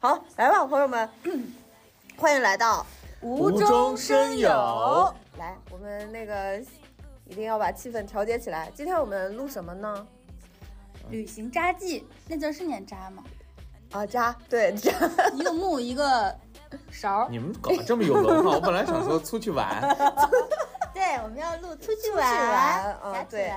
好，来吧，朋友们，欢迎来到无中生有。 来，我们那个一定要把气氛调节起来。今天我们录什么呢？ 旅行札记，那字是念札吗？ 啊，札，对，札， 一个木一个勺。 你们搞得这么有文化，我本来想说出去玩。 对，我们要录出去玩啊， 对。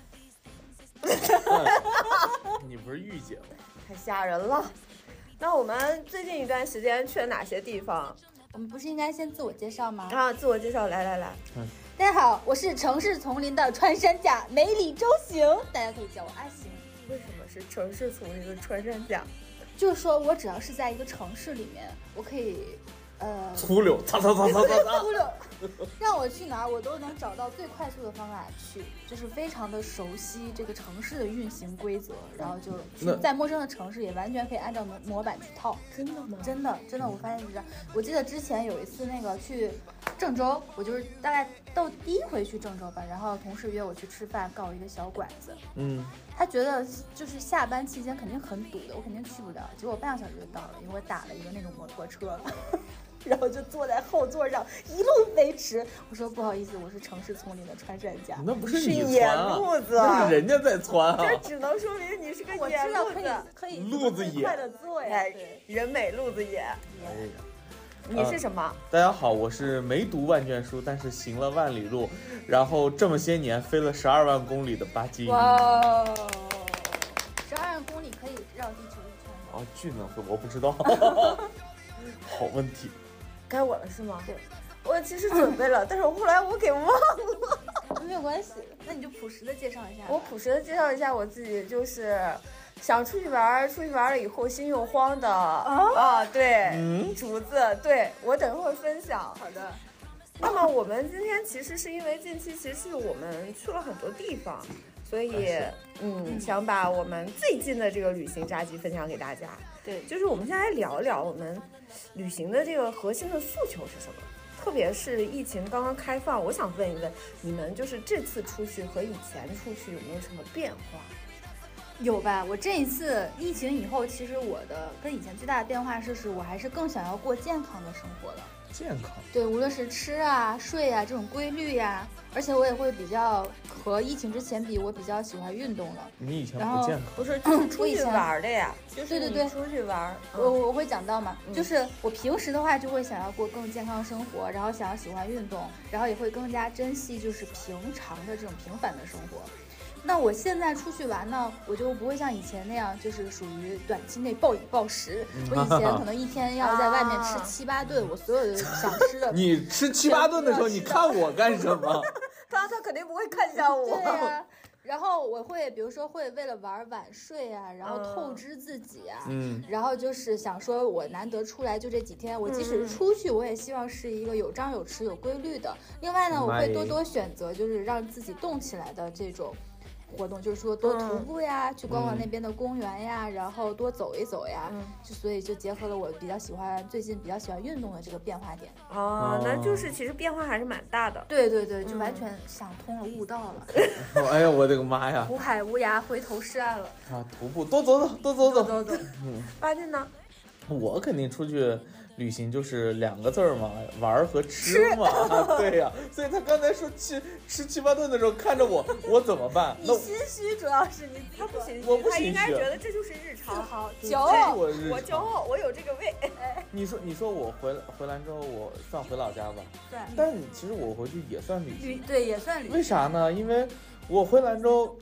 你不是御姐吗？ 太吓人了。那我们最近一段时间去了哪些地方？ 我们不是应该先自我介绍吗？ 啊，自我介绍，来。 大家好，我是城市丛林的穿山甲梅里周行，大家可以叫我阿行。 为什么是城市丛林的穿山甲？ 就是说我只要是在一个城市里面，我可以粗溜，擦， 粗溜，让我去哪儿我都能找到最快速的方法去，就是非常的熟悉这个城市的运行规则，然后就去在陌生的城市也完全可以按照模板去套。 真的吗？ 真的，我发现是这样。我记得之前有一次那个去郑州，我就是大概到第一回去郑州吧，然后同事约我去吃饭，告我一个小馆子。他觉得就是下班期间肯定很堵的，我肯定去不了。结果半个小时就到了，因为我打了一个那种摩托车。然后就坐在后座上一路飞驰。我说不好意思，我是城市丛林的穿山甲。 那不是你野路子， 那是人家在窜啊。 这只能说明你是个野路子， 可以路子野， 快的坐呀。 人美路子野。你是什么？ 大家好，我是没读万卷书，但是行了万里路，然后这么些年飞了12万公里的巴基。 哇，12万公里可以绕地球一圈吗？ 哦，巨能飞，我不知道。好问题。 该我了是吗？ 对， 我其实准备了，但是后来我给忘了。 没有关系，那你就朴实的介绍一下。 我朴实的介绍一下我自己，就是想出去玩了以后心又慌的对，竹子，对，我等会儿分享。 好的。 那么我们今天其实是因为近期其实我们去了很多地方，所以想把我们最近的这个旅行札记分享给大家。 对， 就是我们先来聊一聊我们旅行的这个核心的诉求是什么，特别是疫情刚刚开放，我想问一问你们，就是这次出去和以前出去有没有什么变化？ 有吧，我这一次疫情以后，其实我的跟以前最大的变化是我还是更想要过健康的生活了。 健康，对， 无论是吃啊、睡啊这种规律呀，而且我也会比较和疫情之前比，我比较喜欢运动了。 你以前不健康？ 不是，就是出去玩的呀， 对， 出去玩。 我会讲到嘛，就是我平时的话就会想要过更健康生活，然后喜欢运动，然后也会更加珍惜就是平常的这种平凡的生活。那我现在出去玩呢，我就不会像以前那样，就是属于短期内暴饮暴食。我以前可能一天要在外面吃7、8顿，我所有的想吃的。 你吃7、8顿的时候，你看我干什么？ 他肯定不会看向我。 对呀。然后我会，比如说会为了玩晚睡啊，然后透支自己啊，然后就是想说，我难得出来就这几天，我即使是出去，我也希望是一个有张有弛、有规律的。另外呢，我会多选择就是让自己动起来的这种活动，就是说多徒步呀，去逛那边的公园呀，然后多走一走呀，所以就结合了我最近比较喜欢运动的这个变化点。 那就是其实变化还是蛮大的。 对，就完全想通了，悟道了。 哎呀，我的个妈呀！ 苦海无涯，回头是岸了。 徒步多走走。 巴金呢？ 我肯定出去旅行就是2个字嘛，玩和吃嘛。对呀，所以他刚才说吃7、8顿的时候看着我怎么办？ 你心虚，主要是他不心虚， 我不心虚， 他应该觉得这就是日常， 好骄傲， 我骄傲，我有这个胃。 你说我回兰州，我算回老家吧？ 对。 但是其实我回去也算旅行， 对，也算旅行。 为啥呢？因为我回兰州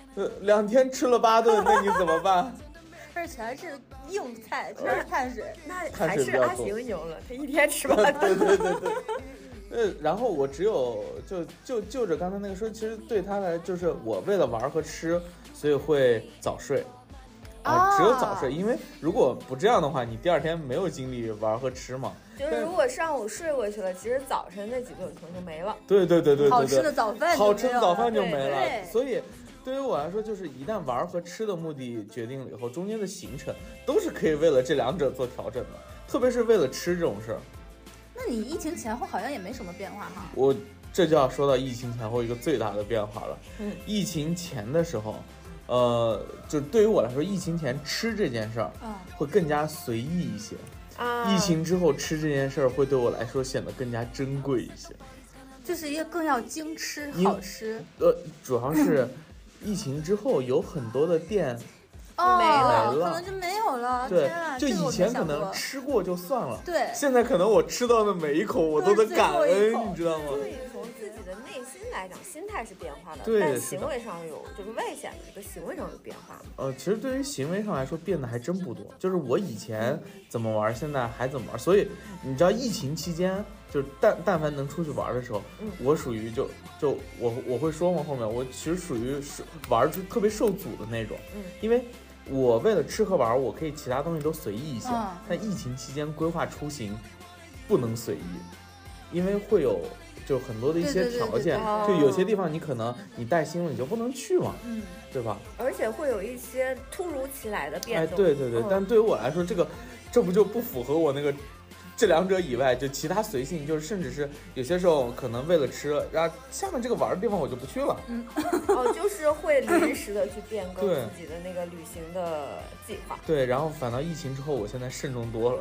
，2天吃了8顿，那你怎么办？ 这全是硬菜，全是碳水， 那还是阿行赢了，他1天吃8顿。 对。然后我只有就着刚才那个说，其实对他来就是我为了玩和吃，所以会早睡。只有早睡，因为如果不这样的话，你第2天没有精力玩和吃嘛。 就是如果上午睡过去了，其实早晨那几顿可能就没了。 对， 好吃的早饭就没了。所以对于我来说，就是一旦玩和吃的目的决定了以后，中间的行程都是可以为了这2者做调整的，特别是为了吃这种事儿。 那你疫情前后好像也没什么变化哈。 这就要说到疫情前后一个最大的变化了。疫情前的时候， 就对于我来说，疫情前吃这件事儿，会更加随意一些。疫情之后吃这件事儿，会对我来说显得更加珍贵一些。 就是一个更要精吃好吃。 主要是疫情之后有很多的店。 没了， 可能就没有了。 对，就以前可能吃过就算了， 对， 现在可能我吃到的每一口我都得感恩，你知道吗？ 所以从自己的内心来讲，心态是变化的， 对， 但行为上就是外显的这个行为上有变化。 其实对于行为上来说变得还真不多，就是我以前怎么玩，现在还怎么玩。所以你知道疫情期间，就是但凡能出去玩的时候，我属于就我会说嘛，后面我其实属于玩就特别受阻的那种，因为我为了吃和玩，我可以其他东西都随意一些，但疫情期间规划出行不能随意，因为会有就很多的一些条件，就有些地方你可能你带星了你就不能去嘛，对吧？ 而且会有一些突如其来的变动。 对，但对于我来说，这不就不符合我那个。这两者以外，就其他随性，就是甚至是有些时候可能为了吃，然后下面这个玩的地方我就不去了。 就是会临时的去变更自己的那个旅行的计划。 对，然后反倒疫情之后，我现在慎重多了。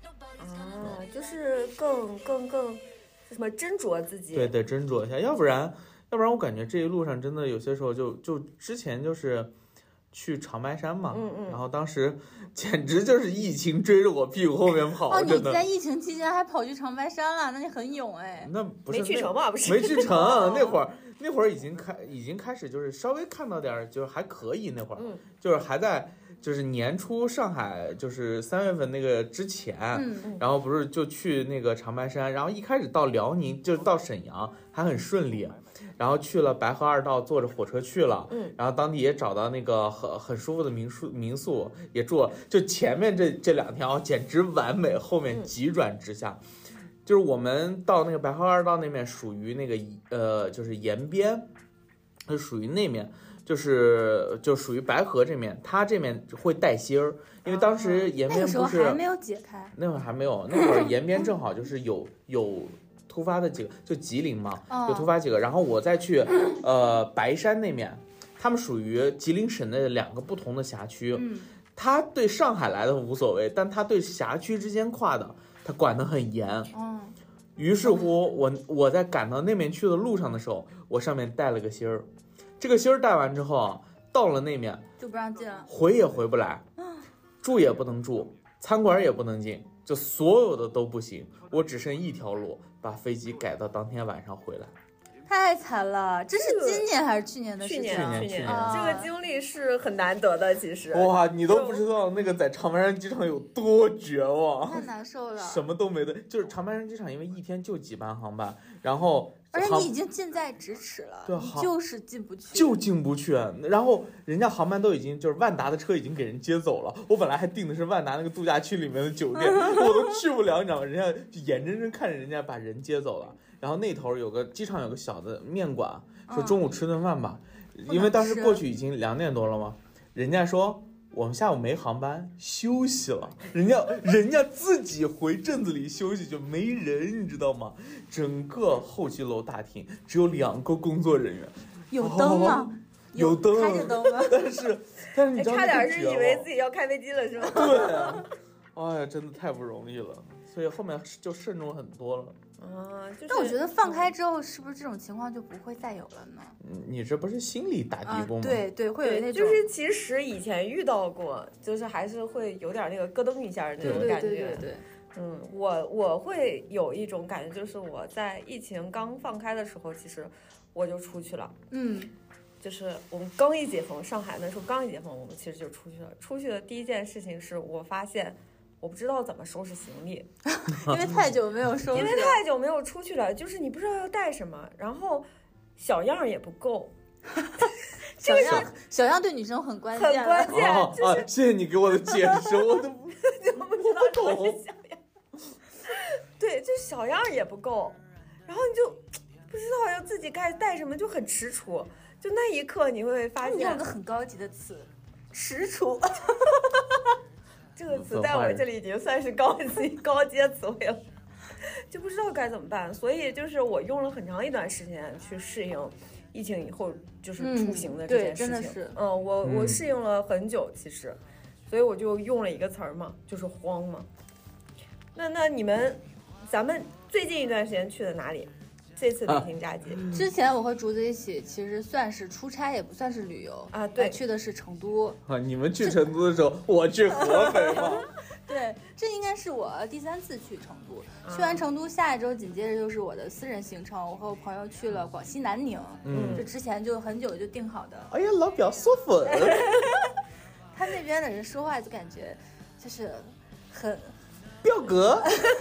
就是更什么斟酌自己。 对，斟酌一下，要不然我感觉这一路上真的有些时候就之前就是去长白山嘛，然后当时简直就是疫情追着我屁股后面跑。 你在疫情期间还跑去长白山了，那你很勇哎。 那不是没去成吧？不是没去成，那会儿已经开始就是稍微看到点就是还可以，那会儿就是还在就是年初上海就是3月份那个之前，然后不是就去那个长白山，然后一开始到辽宁就是到沈阳还很顺利。然后去了白河2道，坐着火车去了，然后当地也找到那个很舒服的民宿，也住了。就前面这2天简直完美，后面急转直下。就是我们到那个白河2道那边，属于那个就是延边，就属于那面，就属于白河这面，它这面会带芯儿，因为当时延边不是那个时候还没有解开， 那会儿还没有，那会儿延边正好就是有突发的几个，就吉林嘛，有突发几个，然后我再去白山那面，他们属于吉林省的2个不同的辖区，他对上海来的无所谓，但他对辖区之间跨的他管得很严。于是乎我在赶到那面去的路上的时候，我上面带了个芯儿，这个芯儿带完之后到了那面就不让进了， 回也回不来，住也不能住，餐馆也不能进，就所有的都不行，我只剩一条路，把飞机改到当天晚上回来。 太惨了，这是今年还是去年的事情？ 去年这个经历是很难得的，其实。 哇，你都不知道那个在长白山机场有多绝望， 太难受了， 什么都没得，就是长白山机场因为一天就几班航班，然后而且你已经近在咫尺了， 对， 你就是进不去， 就进不去。然后人家航班都已经就是万达的车已经给人接走了，我本来还订的是万达那个度假区里面的酒店，我都去不了，你知道吗？人家就眼睁睁看着人家把人接走了。然后那头机场有个小的面馆，说中午吃顿饭吧，因为当时过去已经2点多了嘛，人家说我们下午没航班休息了，人家自己回镇子里休息，就没人，你知道吗？整个候机楼大厅只有2个工作人员， 有灯吗？ 有灯， 开着灯吗？ 但是你知道差点是以为自己要开飞机了是吗？ 对，哎呀，真的太不容易了，所以后面就慎重很多了。 但我觉得放开之后，是不是这种情况就不会再有了呢？ 你这不是心里打嘀咕吗？ 对，会有那种， 就是其实以前遇到过，就是还是会有点那个咯噔一下的那种感觉。 对。 我会有一种感觉，就是我在疫情刚放开的时候，其实我就出去了。就是我们刚一解封，上海那时候刚一解封，我们其实就出去了。出去的第一件事情是我发现。我不知道怎么收拾行李， 因为太久没有收拾， 因为太久没有出去了，就是你不知道要带什么，然后小样也不够。 小样对女生很关键， 很关键。 谢谢你给我的解释，我都不知道什么是小样。对，就小样也不够，然后你就不知道要自己该带什么，就很踟蹰。就那一刻你会发现， 你用个很高级的词，踟蹰。 这个词在我这里已经算是高阶词汇了，就不知道该怎么办，所以就是我用了很长一段时间去适应疫情以后就是出行的这件事情。 对，真的是。 我适应了很久，其实，所以我就用了一个词儿嘛，就是慌嘛。那你们，咱们最近一段时间去的哪里？这次北京假期， 之前我和竹子一起，其实算是出差，也不算是旅游啊。对， 去的是成都。 你们去成都的时候，我去合肥嘛。 对，这应该是我第3次去成都。去完成都，下一周紧接着就是我的私人行程，我和我朋友去了广西南宁。这之前就很久就定好的。 哎呀，老表说粉。 他那边的人说话就感觉就是很表格，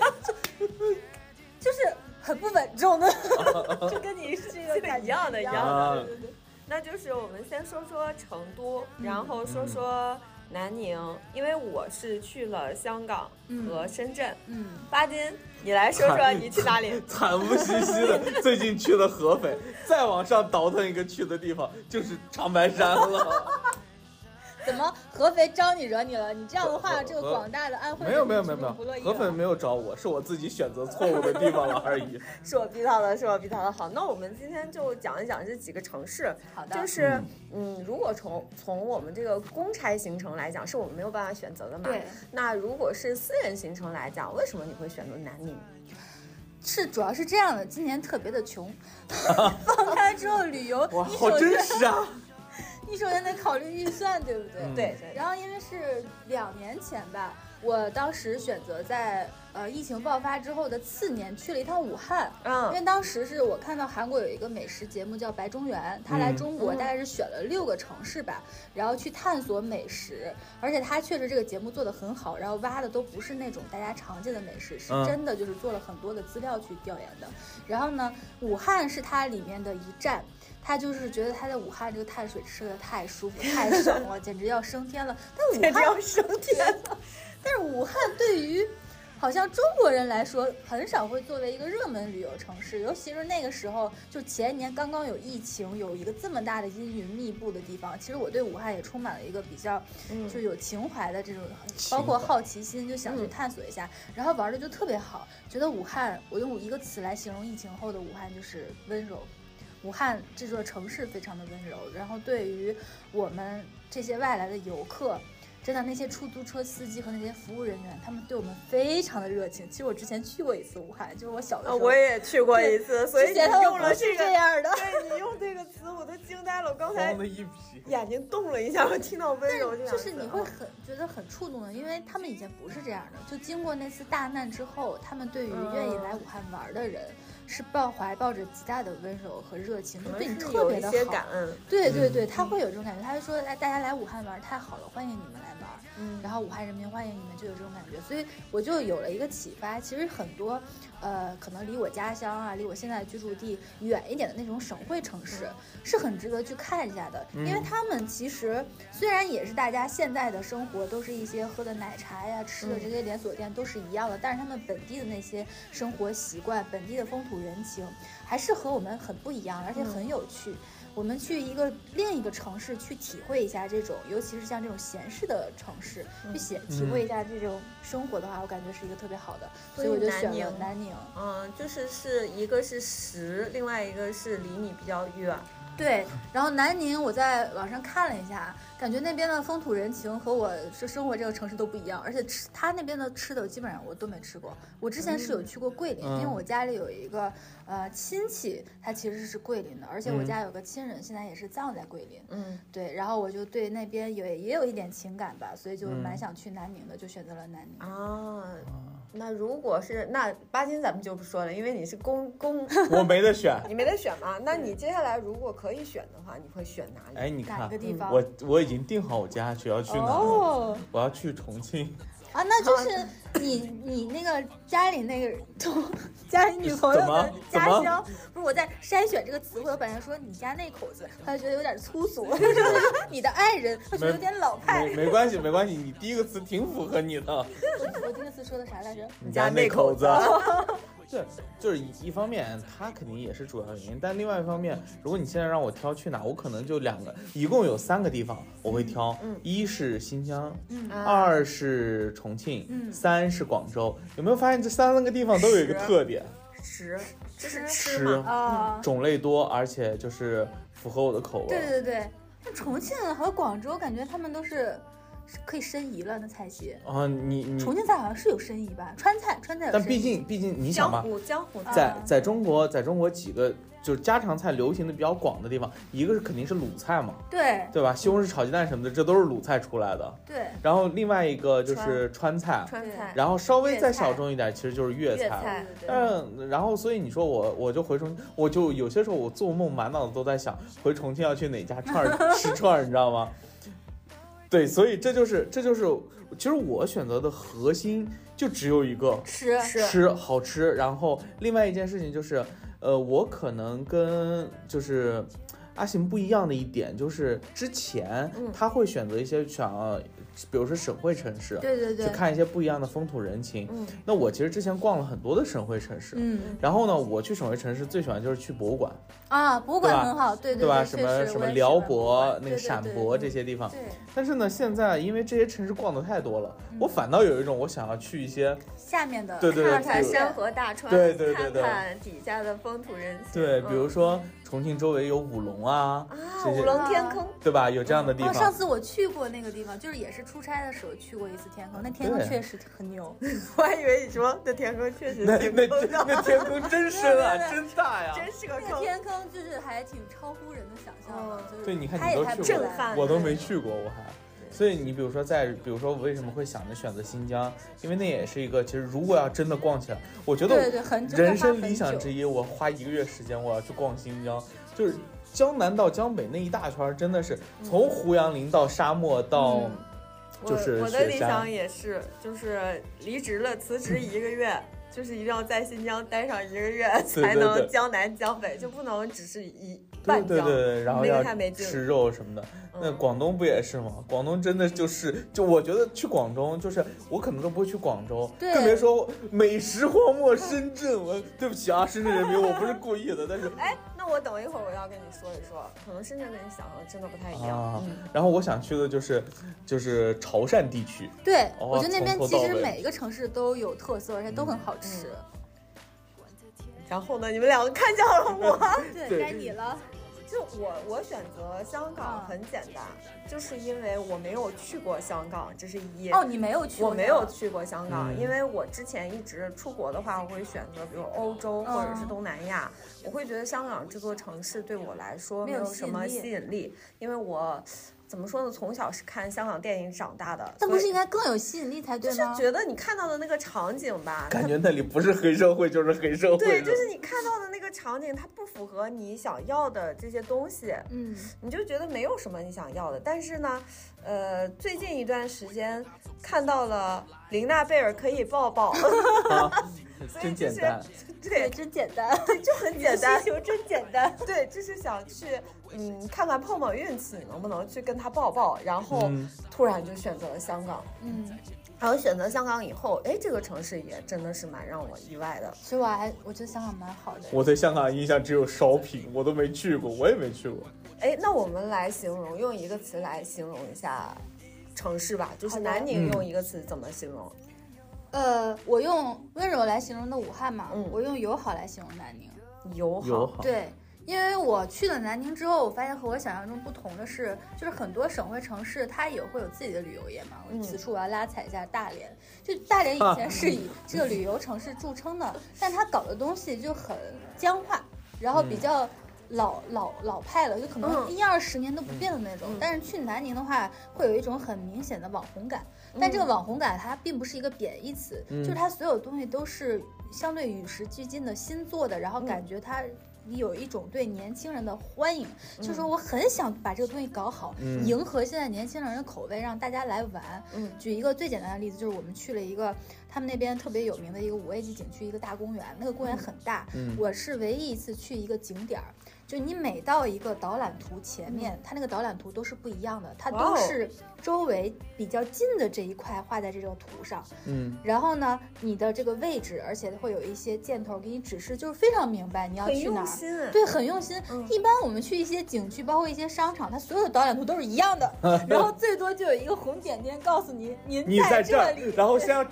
就是很不稳重的，就跟你是这个感觉一样的。 对。 那就是我们先说说成都，然后说说南宁，因为我是去了香港和深圳。巴金，你来说说你去哪里？ 惨不兮兮的，最近去了合肥，再往上倒腾一个去的地方就是长白山了。 怎么合肥招你惹你了？你这样的话，这个广大的安徽没有，合肥没有招我，是我自己选择错误的地方了而已。 是我逼他的。好，那我们今天就讲一讲这几个城市。 好的。 就是如果从我们这个公差行程来讲，是我们没有办法选择的嘛？ 对。 那如果是私人行程来讲，为什么你会选择南宁？ 主要是这样的，今年特别的穷，放开之后旅游， 哇，好真实啊！ 你首先得考虑预算，对不对？ 对。 然后因为是2年前吧，我当时选择在疫情爆发之后的次年去了一趟武汉。因为当时是我看到韩国有一个美食节目叫白中原，他来中国大概是选了6个城市吧，然后去探索美食，而且他确实这个节目做得很好，然后挖的都不是那种大家常见的美食，是真的就是做了很多的资料去调研的。然后呢，武汉是它里面的一站。他就是觉得他在武汉这个碳水吃的太舒服太爽了，简直要升天了。但简直要升天了。 但是武汉对于好像中国人来说，很少会作为一个热门旅游城市，尤其是那个时候，就前年刚刚有疫情，有一个这么大的阴云密布的地方，其实我对武汉也充满了一个比较就有情怀的这种，包括好奇心，就想去探索一下，然后玩的就特别好。觉得武汉，我用一个词来形容疫情后的武汉，就是温柔。武汉这座城市非常的温柔，然后对于我们这些外来的游客，真的那些出租车司机和那些服务人员，他们对我们非常的热情。其实我之前去过一次武汉，就是我小的时候， 我也去过一次，所以你用了这样的， 对你用这个词我都惊呆了，我刚才眼睛动了一下，我听到温柔这样， 就是你会觉得很触动的，因为他们以前不是这样的，就经过那次大难之后，他们对于愿意来武汉玩的人。是怀抱着极大的温柔和热情，对你特别的好， 感恩。 对，他会有这种感觉，他就说，大家来武汉玩太好了，欢迎你们来玩，然后武汉人民欢迎你们，就有这种感觉，所以我就有了一个启发。其实很多可能离我家乡啊，离我现在居住地远一点的那种省会城市，是很值得去看一下的，因为他们其实虽然也是大家现在的生活都是一些喝的奶茶呀、吃的这些连锁店都是一样的，但是他们本地的那些生活习惯、本地的风土人情，还是和我们很不一样，而且很有趣。我们去另一个城市去体会一下这种，尤其是像这种闲适的城市，去体会一下这种生活的话，我感觉是一个特别好的，所以我就选了南宁。 就是一个是实，另外一个是离你比较远。 对，然后南宁我在网上看了一下，感觉那边的风土人情和我生活这个城市都不一样，而且他那边的吃的基本上我都没吃过。我之前是有去过桂林，因为我家里有一个亲戚，他其实是桂林的，而且我家有个亲人现在也是葬在桂林。对，然后我就对那边也有一点情感吧，所以就蛮想去南宁的，就选择了南宁。 那如果是那巴金咱们就不说了，因为你是公我没得选， 你没得选嘛？那你接下来如果可以选的话，你会选哪里？ 哎，你看哪个地方？ 我已经定好我家去要去哪了，我要去重庆。 那就是你那个家里那个家里女朋友的家乡，不是我在筛选这个词汇，我本来说你家那口子，他觉得有点粗俗；你的爱人，他觉得有点老派。 没关系，你第一个词挺符合你的。 我第一个词说的啥来着？ 你家那口子。对，就是一方面，它肯定也是主要原因，但另外一方面，如果你现在让我挑去哪，我可能就2个，一共有3个地方我会挑，一是新疆，2是重庆，3是广州。有没有发现这3个地方都有一个特点？ 这是吃吃嘛？ 种类多，而且就是符合我的口味。 对对对，那重庆和广州感觉他们都是可以申遗了那菜系啊。你重庆菜好像是有申遗吧？川菜有申遗。 但毕竟你想吧， 江湖在中国几个就是家常菜流行的比较广的地方，一个是肯定是鲁菜嘛，对吧？西红柿炒鸡蛋什么的，这都是鲁菜出来的。 对。 然后另外一个就是川菜，然后稍微再小众一点，其实就是粤菜。然后所以你说我就回重庆，我就有些时候我做梦满脑子都在想回重庆要去哪家串吃串，你知道吗？对，所以这就是，其实我选择的核心就只有一个吃好吃，然后另外一件事情就是，我可能跟就是阿行不一样的一点就是之前他会选择一些比如说省会城市， 对， 去看一些不一样的风土人情。那我其实之前逛了很多的省会城市，然后呢，我去省会城市最喜欢就是去博物馆啊，博物馆很好，对吧？什么辽博、那个陕博这些地方。但是呢，现在因为这些城市逛的太多了，我反倒有一种我想要去一些下面的， 看看山河大川，看看底下的风土人情。 对，比如说重庆周围有五龙啊， 五龙天坑， 对吧？有这样的地方。 上次我去过那个地方，就是也是出差的时候去过一次天坑，那天坑确实很牛。 我还以为你说那天坑确实那天坑真深啊，真大呀， 真是个坑。 那天坑就是还挺超乎人的想象的，就是对，你看你都去过，我都没去过，我还。所以你比如说我为什么会想着选择新疆，因为那也是一个其实如果要真的逛起来，我觉得人生理想之一，我花1个月时间我要去逛新疆，就是江南到江北那一大圈，真的是从胡杨林到沙漠到就是雪山。 我的理想也是，就是离职了辞职1个月。就是一定要在新疆待上1个月才能江南江北，就不能只是半江。 对，然后要吃肉什么的。那广东不也是吗？广东真的就我觉得去广东就是我可能都不会去广州，更别说美食荒漠深圳。对不起啊，深圳人民，我不是故意的，但是那我等一会儿我要跟你说一说，可能深圳跟你想的真的不太一样。 然后我想去的就是潮汕地区。 对，我觉得那边其实每一个城市都有特色，而且都很好吃。 然后呢，你们2个看见了我， 对，该你了。 就我选择香港很简单，就是因为我没有去过香港，这是一。 你没有去过？ 我没有去过香港，因为我之前一直出国的话，我会选择比如欧洲或者是东南亚。我会觉得香港这座城市对我来说没有什么吸引力，因为我。怎么说呢？从小是看香港电影长大的， 但不是应该更有吸引力才对吗？ 就是觉得你看到的那个场景吧， 感觉那里不是黑社会就是黑社会。 对，就是你看到的那个场景，它不符合你想要的这些东西，你就觉得没有什么你想要的。但是呢，最近一段时间看到了玲娜贝尔可以抱抱。 真简单， 对，真简单， 对，就很简单， 需求真简单， 对，就是想去，看看碰碰运气，能不能去跟他抱抱，然后突然就选择了香港，然后选择香港以后，这个城市也真的是蛮让我意外的。 其实我觉得香港蛮好的。 我对香港的印象只有烧饼，我都没去过，我也没去过。 那我们来用一个词来形容一下城市吧，就是南宁用一个词怎么形容？ 我用温柔来形容的武汉嘛，我用友好来形容南宁。 友好， 对，因为我去了南宁之后，我发现和我想象中不同的是，就是很多省会城市它也会有自己的旅游业嘛。此处我要拉踩一下大连，就大连以前是以这个旅游城市著称的，但它搞的东西就很僵化，然后比较老派了，就可能10-20年都不变的那种。但是去南宁的话，会有一种很明显的网红感。但这个网红感它并不是一个贬义词，就是它所有东西都是相对与时俱进的新做的，然后感觉它有一种对年轻人的欢迎，就是说我很想把这个东西搞好，迎合现在年轻人的口味，让大家来玩。举一个最简单的例子，就是我们去了一个他们那边特别有名的一个5A级景区，一个大公园，那个公园很大，我是唯一一次去一个景点，就你每到一个导览图前面，它那个导览图都是不一样的，它都是周围比较近的这一块画在这个图上，然后呢，你的这个位置，而且会有一些箭头给你指示，就是非常明白你要去哪儿。对，很用心。一般我们去一些景区，包括一些商场，它所有的导览图都是一样的，然后最多就有一个红点点告诉你，您在这里， 然后先要找那个点儿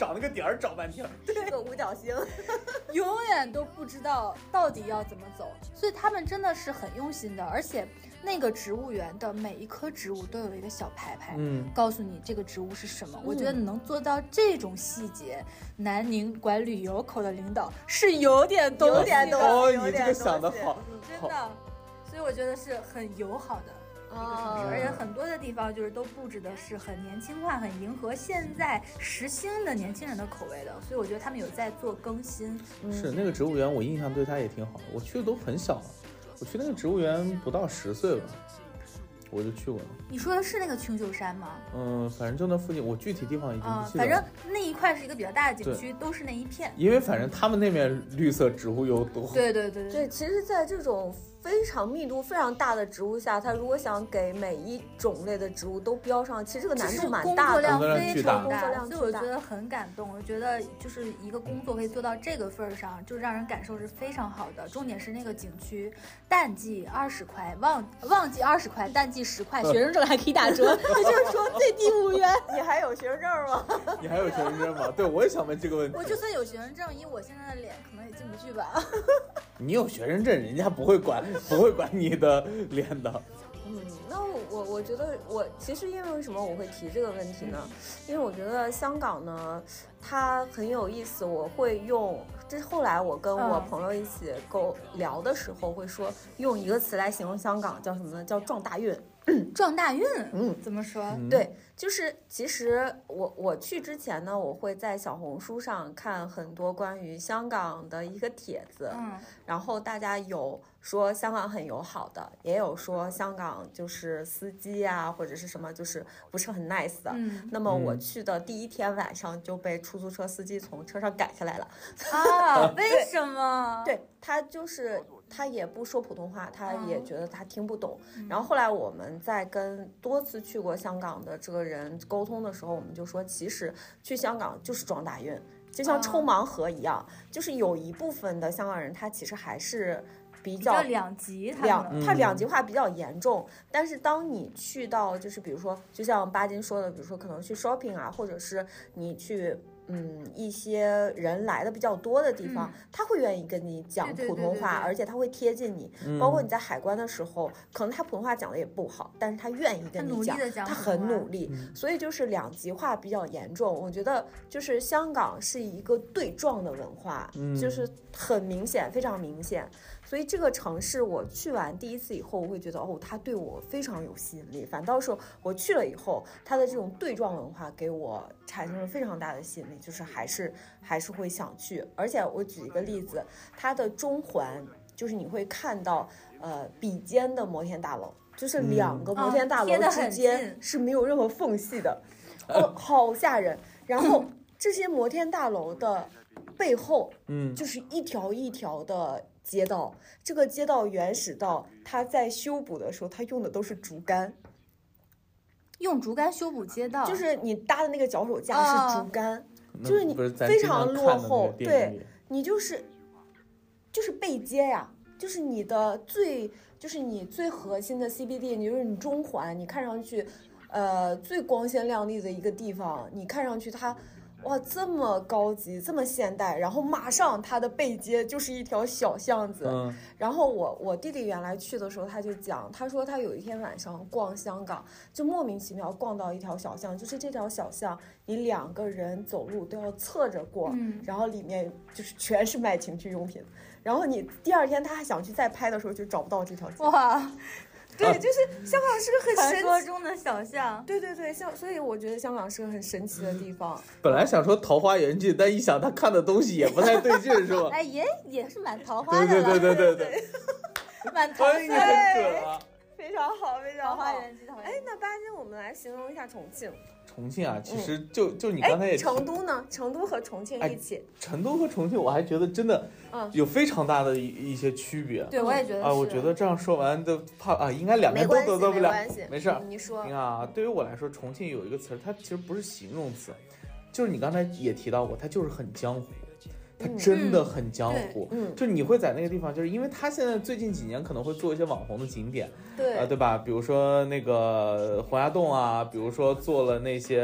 儿找半天， 个五角星， 永远都不知道到底要怎么走，所以他们真的是很用心的，而且那个植物园的每一棵植物都有一个小牌牌，告诉你这个植物是什么。我觉得能做到这种细节，南宁管旅游口的领导是有点东西的。 哦，你这个想得好， 真的，所以我觉得是很友好的。而且很多的地方就是都布置的是很年轻化，很迎合现在时兴的年轻人的口味的，所以我觉得他们有在做更新。 是那个植物园，我印象对它也挺好的。我去的都很小了，我去那个植物园不到10岁了，我就去过了。 你说的是那个青秀山吗？ 反正就那附近，我具体地方已经不记得了。 反正那一块是一个比较大的景区，都是那一片。 因为反正他们那边绿色植物又多。 对，其实，在这种非常密度非常大的植物下，它如果想给每一种类的植物都标上，其实这个难度蛮大的， 工作量非常大， 所以我觉得很感动。我觉得就是一个工作可以做到这个份上，就让人感受是非常好的。重点是那个景区淡季20块，旺季20块，淡季10块，学生证还可以打折。也就是说最低5元。 你还有学生证吗？ 你还有学生证吗？对，我也想问这个问题。 我就算有学生证，以我现在的脸，可能也进不去吧。 你有学生证，人家不会管你的脸的。 那我觉得其实因为什么我会提这个问题呢？因为我觉得香港呢，它很有意思。我会用，这后来我跟我朋友一起聊的时候会说，用一个词来形容香港，叫什么呢？叫撞大运。 撞大运，怎么说？ 对，就是其实我去之前呢，我会在小红书上看很多关于香港的一个帖子，然后大家有说香港很友好的，也有说香港就是司机啊或者是什么就是不是很 nice 的。那么我去的第一天晚上就被出租车司机从车上赶下来了。 为什么？ 对，他也不说普通话，他也觉得他听不懂。然后后来我们在跟多次去过香港的这个人沟通的时候，我们就说，其实去香港就是撞大运，就像抽盲盒一样，就是有一部分的香港人他其实还是比较两极， 他两极化比较严重。但是当你去到就是比如说，就像巴金说的，比如说可能去 shopping 啊，或者是你去一些人来的比较多的地方，他会愿意跟你讲普通话，而且他会贴近你。包括你在海关的时候，可能他普通话讲的也不好，但是他愿意跟你讲，他很努力。所以就是两极化比较严重。我觉得就是香港是一个对撞的文化，就是很明显，非常明显。所以这个城市我去完第一次以后，我会觉得它对我非常有吸引力。反倒是我去了以后，它的这种对撞文化给我产生了非常大的吸引力，就是还是会想去。而且我举一个例子，它的中环就是你会看到比肩的摩天大楼，就是2个摩天大楼之间是没有任何缝隙的，好吓人。然后这些摩天大楼的背后，就是一条一条的街道，这个街道原始到它在修补的时候，它用的都是竹竿， 用竹竿修补街道， 就是你搭的那个脚手架是竹竿，就是你非常落后，对，你就是背街呀，就是你最核心的 CBD， 你就是你中环，你看上去最光鲜亮丽的一个地方，你看上去它哇这么高级这么现代，然后马上它的背街就是一条小巷子。然后我弟弟原来去的时候他就讲，他说他有一天晚上逛香港，就莫名其妙逛到一条小巷，就是这条小巷你2个人走路都要侧着过，然后里面就是全是卖情趣用品，然后你第2天他还想去再拍的时候就找不到这条街。 哇， 对，就是香港是个很神奇传说中的小巷。 对，所以我觉得香港是个很神奇的地方。 本来想说桃花源记，但一想他看的东西也不太对劲，是吧？ 哎，也是蛮桃花的了。对， 蛮桃花的。 很准啊， 非常好，非常好。 桃花源记。 哎，那巴金，我们来形容一下重庆。 重庆啊，其实就你刚才也成都呢？成都和重庆一起。 成都和重庆，我还觉得真的有非常大的一些区别。 对，我也觉得啊，我觉得这样说完都怕啊，应该2边都得不了。没事， 你说。 你看啊，对于我来说，重庆有一个词，它其实不是形容词，就是你刚才也提到过，它就是很江湖。它真的很江湖，就你会在那个地方，就是因为它现在最近几年可能会做一些网红的景点， 对吧？比如说那个洪崖洞啊，比如说做了那些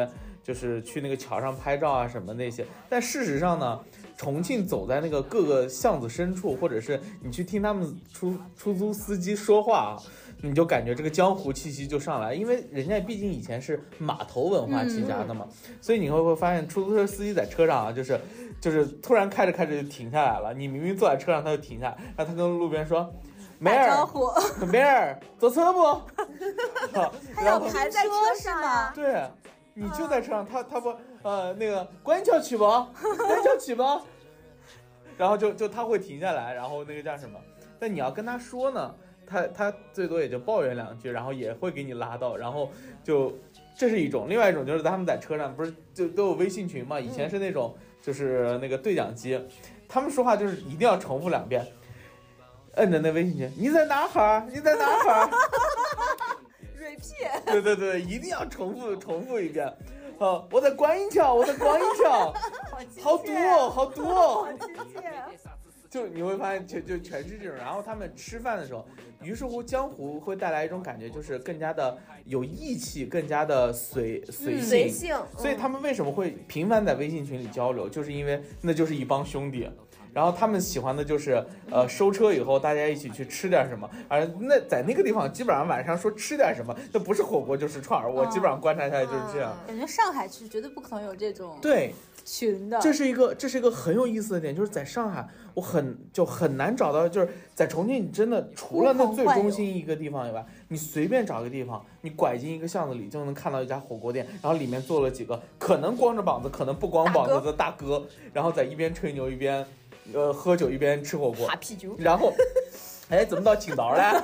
就是去那个桥上拍照啊什么那些。但事实上呢，重庆走在那个各个巷子深处，或者是你去听他们出租司机说话啊，你就感觉这个江湖气息就上来，因为人家毕竟以前是码头文化起家的嘛，所以你会发现出租车司机在车上啊，就是突然开着开着就停下来了，你明明坐在车上他就停下来，然后他跟路边说。梅儿，梅儿，坐车不？ 他要还在车上吗？ 对，你就在车上，他不那个关桥去不？关桥去不？然后就他会停下来，然后那个叫什么？但你要跟他说呢，他最多也就抱怨两句，然后也会给你拉到，然后就这是一种，另外一种就是他们在车上不是就都有微信群嘛？以前是那种就是那个对讲机，他们说话就是一定要重复2遍。摁着那微信群，你在哪儿？你在哪儿 ？repeat。 对，一定要重复一遍。我在观音桥，我在观音桥，好堵哦，好堵哦。 好亲切。 就你会发现就全是这种，然后他们吃饭的时候，于是乎江湖会带来一种感觉，就是更加的有义气，更加的随性。所以他们为什么会频繁在微信群里交流，就是因为那就是一帮兄弟。然后他们喜欢的就是收车以后大家一起去吃点什么，而那在那个地方基本上晚上说吃点什么，那不是火锅就是串儿，我基本上观察下来就是这样。 感觉上海是绝对不可能有这种对群的。 这是一个很有意思的点，就是在上海我很难找到，就是在重庆你真的除了那最中心一个地方以外，你随便找个地方，你拐进一个巷子里就能看到一家火锅店，然后里面坐了几个可能光着膀子可能不光膀子的大哥，然后在一边吹牛一边喝酒一边吃火锅， 哈啤酒， 然后，怎么到青岛了？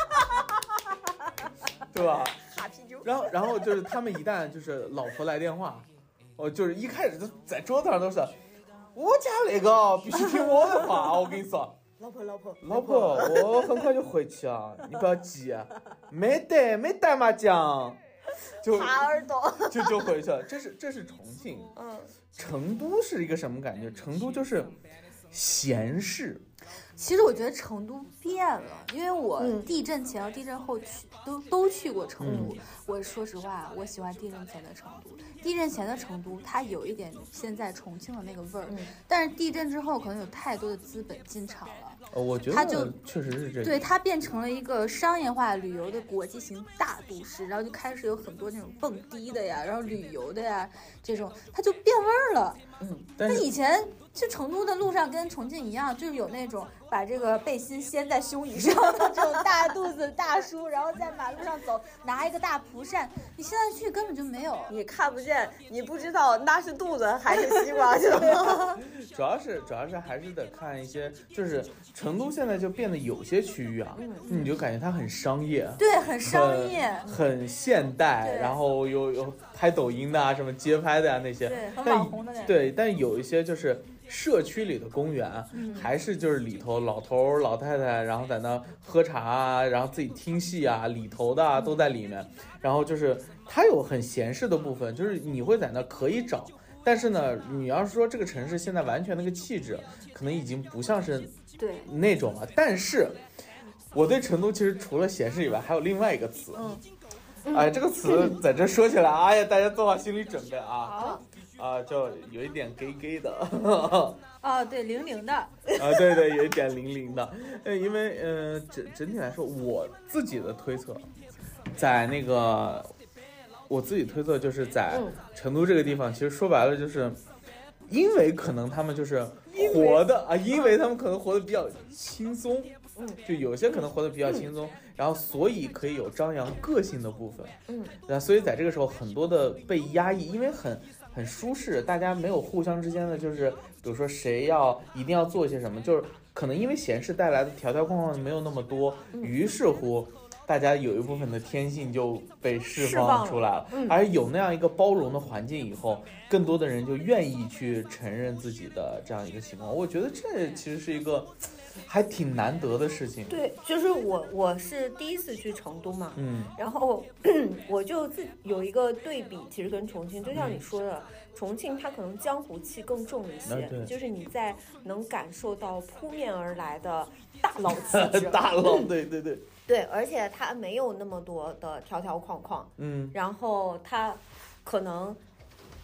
对吧？ 哈啤酒。 然后就是他们一旦就是老婆来电话，就是一开始就在桌子上都是，我家那个必须听我的话，我跟你说。 老婆，我很快就回去啊，你不要急，没带麻将。就耙耳朵就回去了，这是重庆。成都是一个什么感觉？成都就是闲适。 其实我觉得成都变了，因为我地震前和地震后都去过成都。我说实话，我喜欢地震前的成都。地震前的成都，它有一点现在重庆的那个味儿，但是地震之后可能有太多的资本进场了。 我觉得它就确实是这样。 对，它变成了一个商业化旅游的国际型大都市，然后就开始有很多那种蹦迪的呀，然后旅游的呀，这种它就变味儿了。但以前去成都的路上跟重庆一样，就是有那种把这个背心掀在胸以上的这种大肚子大叔，然后在马路上走，拿一个大蒲扇。你现在去根本就没有， 你看不见，你不知道那是肚子还是西瓜，是吗？ 主要是还是得看一些，就是成都现在就变得有些区域啊，你就感觉它很商业， 对，很商业， 很现代，然后有拍抖音的啊，什么街拍的啊那些， 对，很网红的感觉。 对，但有一些就是社区里的公园，还是就是里头老头老太太，然后在那喝茶啊，然后自己听戏啊，里头的啊都在里面，然后就是它有很闲适的部分，就是你会在那可以找。但是呢，你要是说这个城市现在完全那个气质，可能已经不像是对那种了。但是我对成都其实除了闲适以外，还有另外一个词。这个词在这说起来，哎呀，大家做好心理准备啊。就有一点 gay 的。 对，00的。 对，有一点00的。因为整体来说，我自己的推测，在那个。我自己推测就是在成都这个地方，其实说白了就是，因为可能他们就是活的啊，因为他们可能活得比较轻松，就有些可能活得比较轻松，然后所以可以有张扬个性的部分，那所以在这个时候很多的被压抑，因为很舒适，大家没有互相之间的就是，比如说谁一定要做些什么，就是可能因为闲适带来的条条框框没有那么多，于是乎。大家有一部分的天性就被释放出来了，而有那样一个包容的环境以后，更多的人就愿意去承认自己的这样一个情况。我觉得这其实是一个还挺难得的事情。 对，就是我是第一次去成都嘛，然后我就有一个对比，其实跟重庆，就像你说的，重庆它可能江湖气更重一些，就是你在能感受到扑面而来的大佬气质， 大佬，对， 而且它没有那么多的条条框框，然后它可能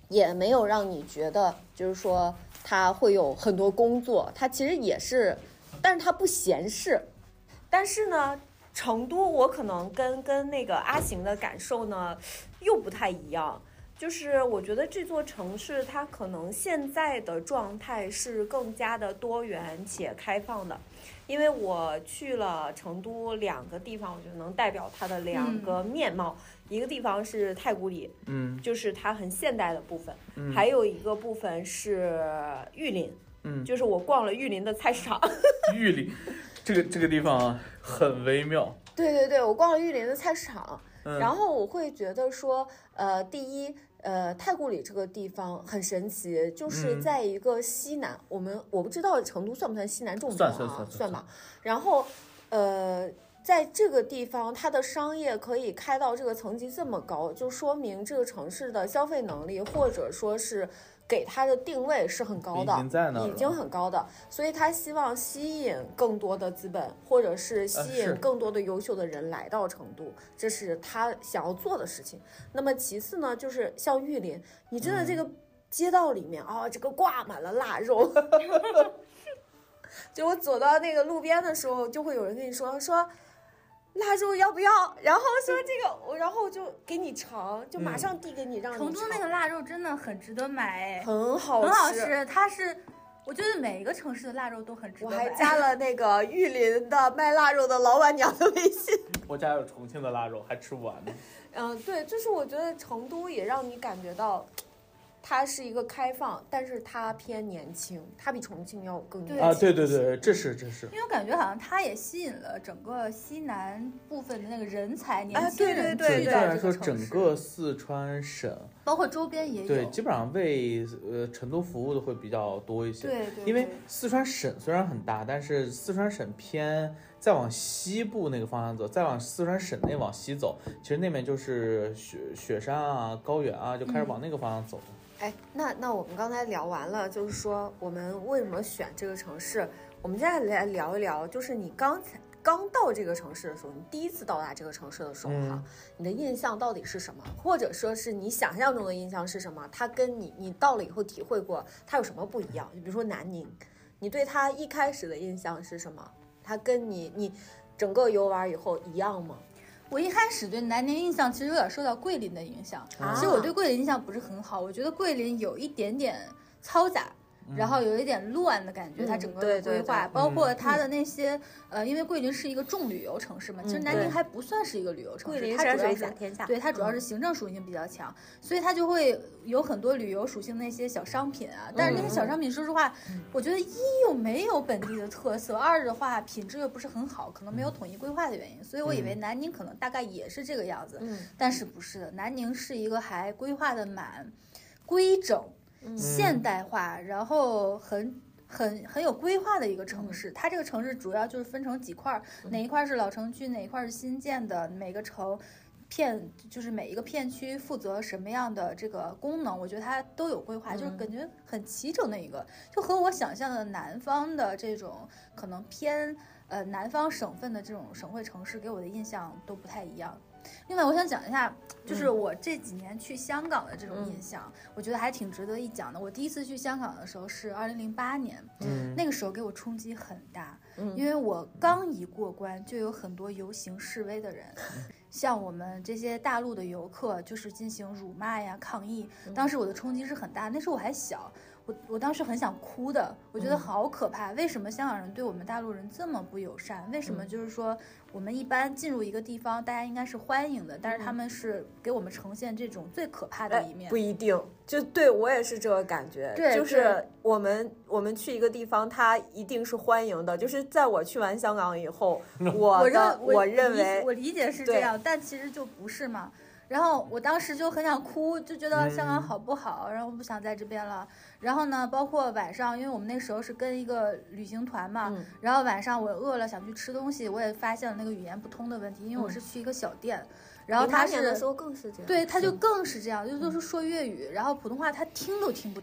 也没有让你觉得就是说它会有很多工作，它其实也是，但是它不闲适。但是呢，成都我可能跟那个阿行的感受呢又不太一样。就是我觉得这座城市它可能现在的状态是更加的多元且开放的，因为我去了成都2个地方，我觉得能代表它的2个面貌。一个地方是太古里，就是它很现代的部分，还有一个部分是玉林，就是我逛了玉林的菜市场。 玉林，这个地方很微妙。 对，我逛了玉林的菜市场。然后我会觉得说，第一，太古里这个地方很神奇，就是在一个西南，我不知道成都算不算西南重点啊？算吧。然后，在这个地方，它的商业可以开到这个层级这么高，就说明这个城市的消费能力，或者说是给它的定位是很高的，已经很高的，所以他希望吸引更多的资本，或者是吸引更多的优秀的人来到成都，这是他想要做的事情。那么其次呢，就是像玉林，你真的这个街道里面这个挂满了腊肉。就我走到那个路边的时候，就会有人跟你说腊肉要不要？然后说这个，然后就给你尝，就马上递给你让你尝。 成都那个腊肉真的很值得买， 很好吃。它是，我觉得每一个城市的腊肉都很值得买。 我还加了那个玉林的卖腊肉的老板娘的微信。 我家有重庆的腊肉，还吃不完呢。 对，就是我觉得成都也让你感觉到。它是一个开放，但是它偏年轻，它比重庆要更年轻。 对，这是。 因为我感觉好像它也吸引了整个西南部分的那个人才，年轻人对去到来说，整个四川省， 包括周边也有， 对，基本上为成都服务的会比较多一些。 对， 因为四川省虽然很大，但是四川省偏再往西部那个方向走，再往四川省内往西走，其实那边就是雪山啊、高原啊，就开始往那个方向走。 那我们刚才聊完了，就是说我们为什么选这个城市，我们接下来聊一聊，就是你刚到这个城市的时候，你第一次到达这个城市的时候你的印象到底是什么？或者说是你想象中的印象是什么？它跟你到了以后体会过，它有什么不一样？就比如说南宁，你对它一开始的印象是什么？它跟你整个游玩以后一样吗？ 我一开始对南宁印象其实有点受到桂林的影响，其实我对桂林印象不是很好，我觉得桂林有一点点嘈杂，然后有一点乱的感觉，它整个的规划，包括它的那些因为桂林是一个重旅游城市嘛，其实南宁还不算是一个旅游城市，它主要是天下， 对，它主要是行政属性比较强，所以它就会有很多旅游属性的那些小商品啊，但是那些小商品说实话，我觉得一又没有本地的特色，二的话品质又不是很好，可能没有统一规划的原因，所以我以为南宁可能大概也是这个样子，但是不是的，南宁是一个还规划的蛮规整。现代化，然后很有规划的一个城市。它这个城市主要就是分成几块，哪一块是老城区，哪一块是新建的，每个片就是每一个片区负责什么样的这个功能，我觉得它都有规划，就是感觉很齐整的一个，就和我想象的南方的这种可能偏南方省份的这种省会城市给我的印象都不太一样。另外我想讲一下，就是我这几年去香港的这种印象，我觉得还挺值得一讲的。我第一次去香港的时候是2008年，那个时候给我冲击很大，因为我刚一过关就有很多游行示威的人，像我们这些大陆的游客就是进行辱骂呀、抗议，当时我的冲击是很大，那时候我还小。我当时很想哭的，我觉得好可怕，为什么香港人对我们大陆人这么不友善？为什么就是说我们一般进入一个地方，大家应该是欢迎的，但是他们是给我们呈现这种最可怕的一面？ 不一定，就对我也是这个感觉，就是我们去一个地方，他一定是欢迎的。就是在我去完香港以后，我认为我理解是这样，但其实就不是嘛。然后我当时就很想哭，就觉得香港好不好，然后不想在这边了。然后呢，包括晚上，因为我们那时候是跟一个旅行团嘛，然后晚上我饿了想去吃东西，我也发现了那个语言不通的问题，因为我是去一个小店，然后他是的时候更是这样， 对，他就更是这样，就是说粤语，然后普通话他听都听不懂。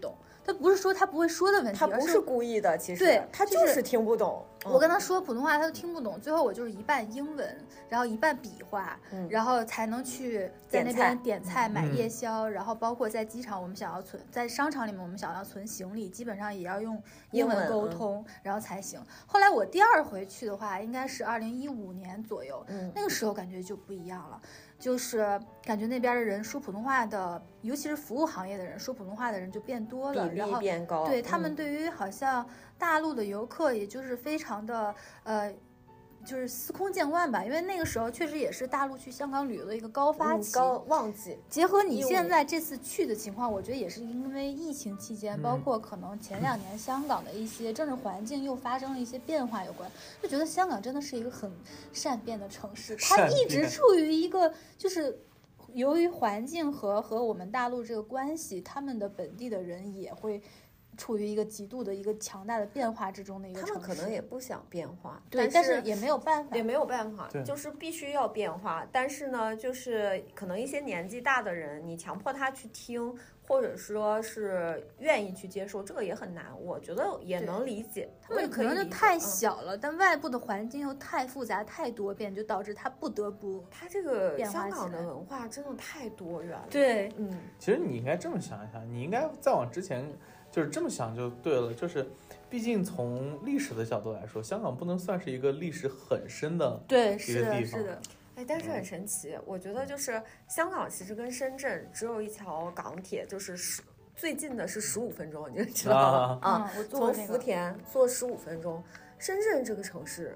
他不是说他不会说的问题， 他不是故意的，其实对他就是听不懂。 我跟他说普通话，他都听不懂。最后我就是一半英文，然后一半比划，然后才能去在那边点菜、买夜宵，然后包括在机场我们想要在商场里面我们想要存行李，基本上也要用英文沟通，然后才行。后来我第二回去的话，应该是2015年左右，那个时候感觉就不一样了。就是感觉那边的人说普通话的，尤其是服务行业的人说普通话的人就变多了， 比例变高。 对他们对于好像大陆的游客，也就是非常的就是司空见惯吧，因为那个时候确实也是大陆去香港旅游的一个高发期、 高旺季。 结合你现在这次去的情况，我觉得也是因为疫情期间，包括可能前2年香港的一些政治环境又发生了一些变化有关，就觉得香港真的是一个很善变的城市，它一直处于一个就是由于环境和我们大陆这个关系，他们的本地的人也会处于一个极度的一个强大的变化之中的一个城市， 他们可能也不想变化， 对，但是也没有办法， 也没有办法，就是必须要变化。但是呢，就是可能一些年纪大的人，你强迫他去听，或者说是愿意去接受，这个也很难。我觉得也能理解，他们可能就太小了，但外部的环境又太复杂、太多变，就导致他不得不。 他这个香港的文化真的太多元了。 对， 其实你应该这么想一想，你应该再往之前。就是这么想就对了，就是毕竟从历史的角度来说，香港不能算是一个历史很深的一个地方。 是的。 哎，但是很神奇，我觉得就是香港其实跟深圳只有一条港铁，就是最近的是15分钟，你知道吗？ 我从福田坐15分钟，深圳这个城市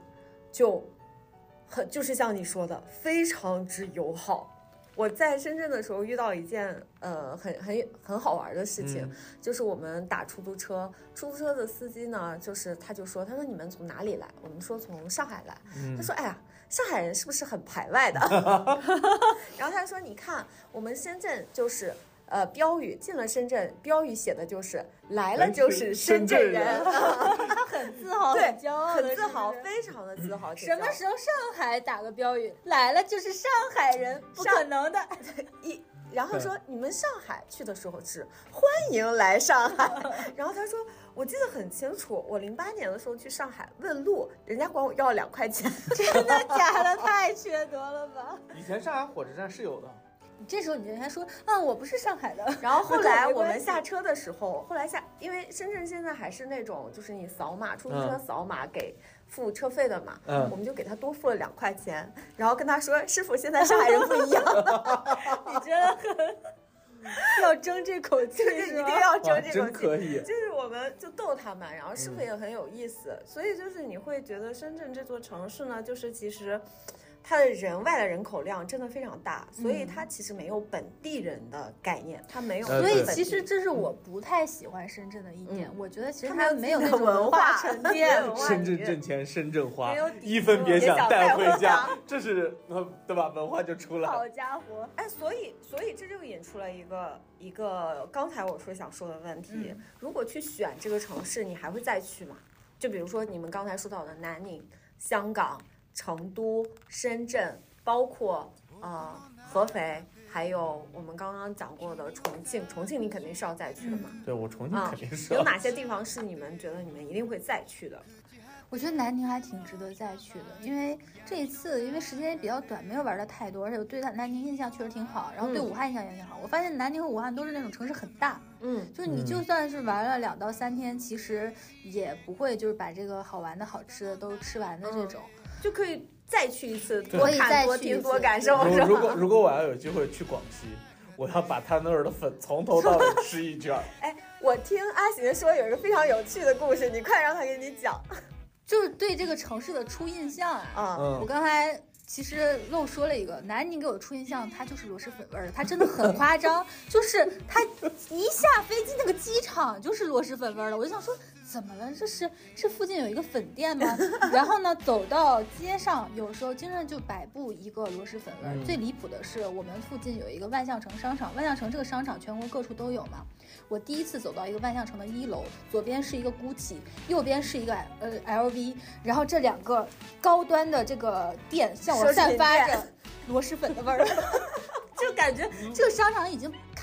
就是像你说的，非常之友好。我在深圳的时候遇到一件很好玩的事情，就是我们打出租车的司机呢，他就说你们从哪里来？我们说从上海来。他说哎呀，上海人是不是很排外的？然后他说你看我们深圳就是标语进了深圳，标语写的就是来了就是深圳人， 他很自豪，很骄傲， 很自豪，非常的自豪。 什么时候上海打个标语，来了就是上海人，不可能的。 然后说你们上海去的时候是欢迎来上海，然后他说我记得很清楚，我08年的时候去上海问路，人家管我要2块钱。 真的假的？太缺德了吧！ 以前上海火车站是有的。 这时候你还说我不是上海的。 然后后来我们下车的时候，因为深圳现在还是那种就是你扫码，出租车扫码给付车费的嘛，我们就给他多付了2块钱，然后跟他说师傅现在上海人不一样。 你真的很要争这口气， 一定要争这口气， 真可以。 就是我们就逗他们，然后师傅也很有意思，所以就是你会觉得深圳这座城市呢，就是其实它的外来人口量真的非常大，所以它其实没有本地人的概念，它没有。 所以其实这是我不太喜欢深圳的一点，我觉得其实它没有那种文化沉淀。 深圳挣钱，深圳花，一分别想带回家，这是对吧？文化就出来了。 好家伙！ 哎，所以这就引出了一个刚才我想说的问题，如果去选这个城市，你还会再去吗？就比如说你们刚才说到的南宁、香港、成都、深圳，包括合肥，还有我们刚刚讲过的重庆你肯定是要再去的嘛？ 对，我重庆肯定是。 有哪些地方是你们觉得你们一定会再去的？ 我觉得南宁还挺值得再去的，因为这一次因为时间也比较短，没有玩的太多，而且我对南宁印象确实挺好，然后对武汉印象也挺好。我发现南宁和武汉都是那种城市很大，就是你就算是玩了2到3天，其实也不会就是把这个好玩的好吃的都吃完的这种， 就可以再去一次， 多看多听多感受。 如果我要有机会去广西，我要把他那儿的粉从头到尾吃一圈。 哎，我听阿行说有一个非常有趣的故事，你快让他给你讲。 就是对这个城市的初印象我刚才其实漏说了一个，南宁给我的初印象，它就是螺蛳粉味儿的，它真的很夸张，就是它一下飞机那个机场就是螺蛳粉味儿的，我就想说怎么了？这附近有一个粉店吗？然后呢，走到街上，有时候经常就摆布一个螺蛳粉味。最离谱的是，我们附近有一个万象城商场，万象城这个商场全国各处都有嘛。我第一次走到一个万象城的1楼，左边是一个 GUCCI， 右边是一个LV， 然后这2个高端的这个店向我散发着螺蛳粉的味儿，就感觉这个商场已经开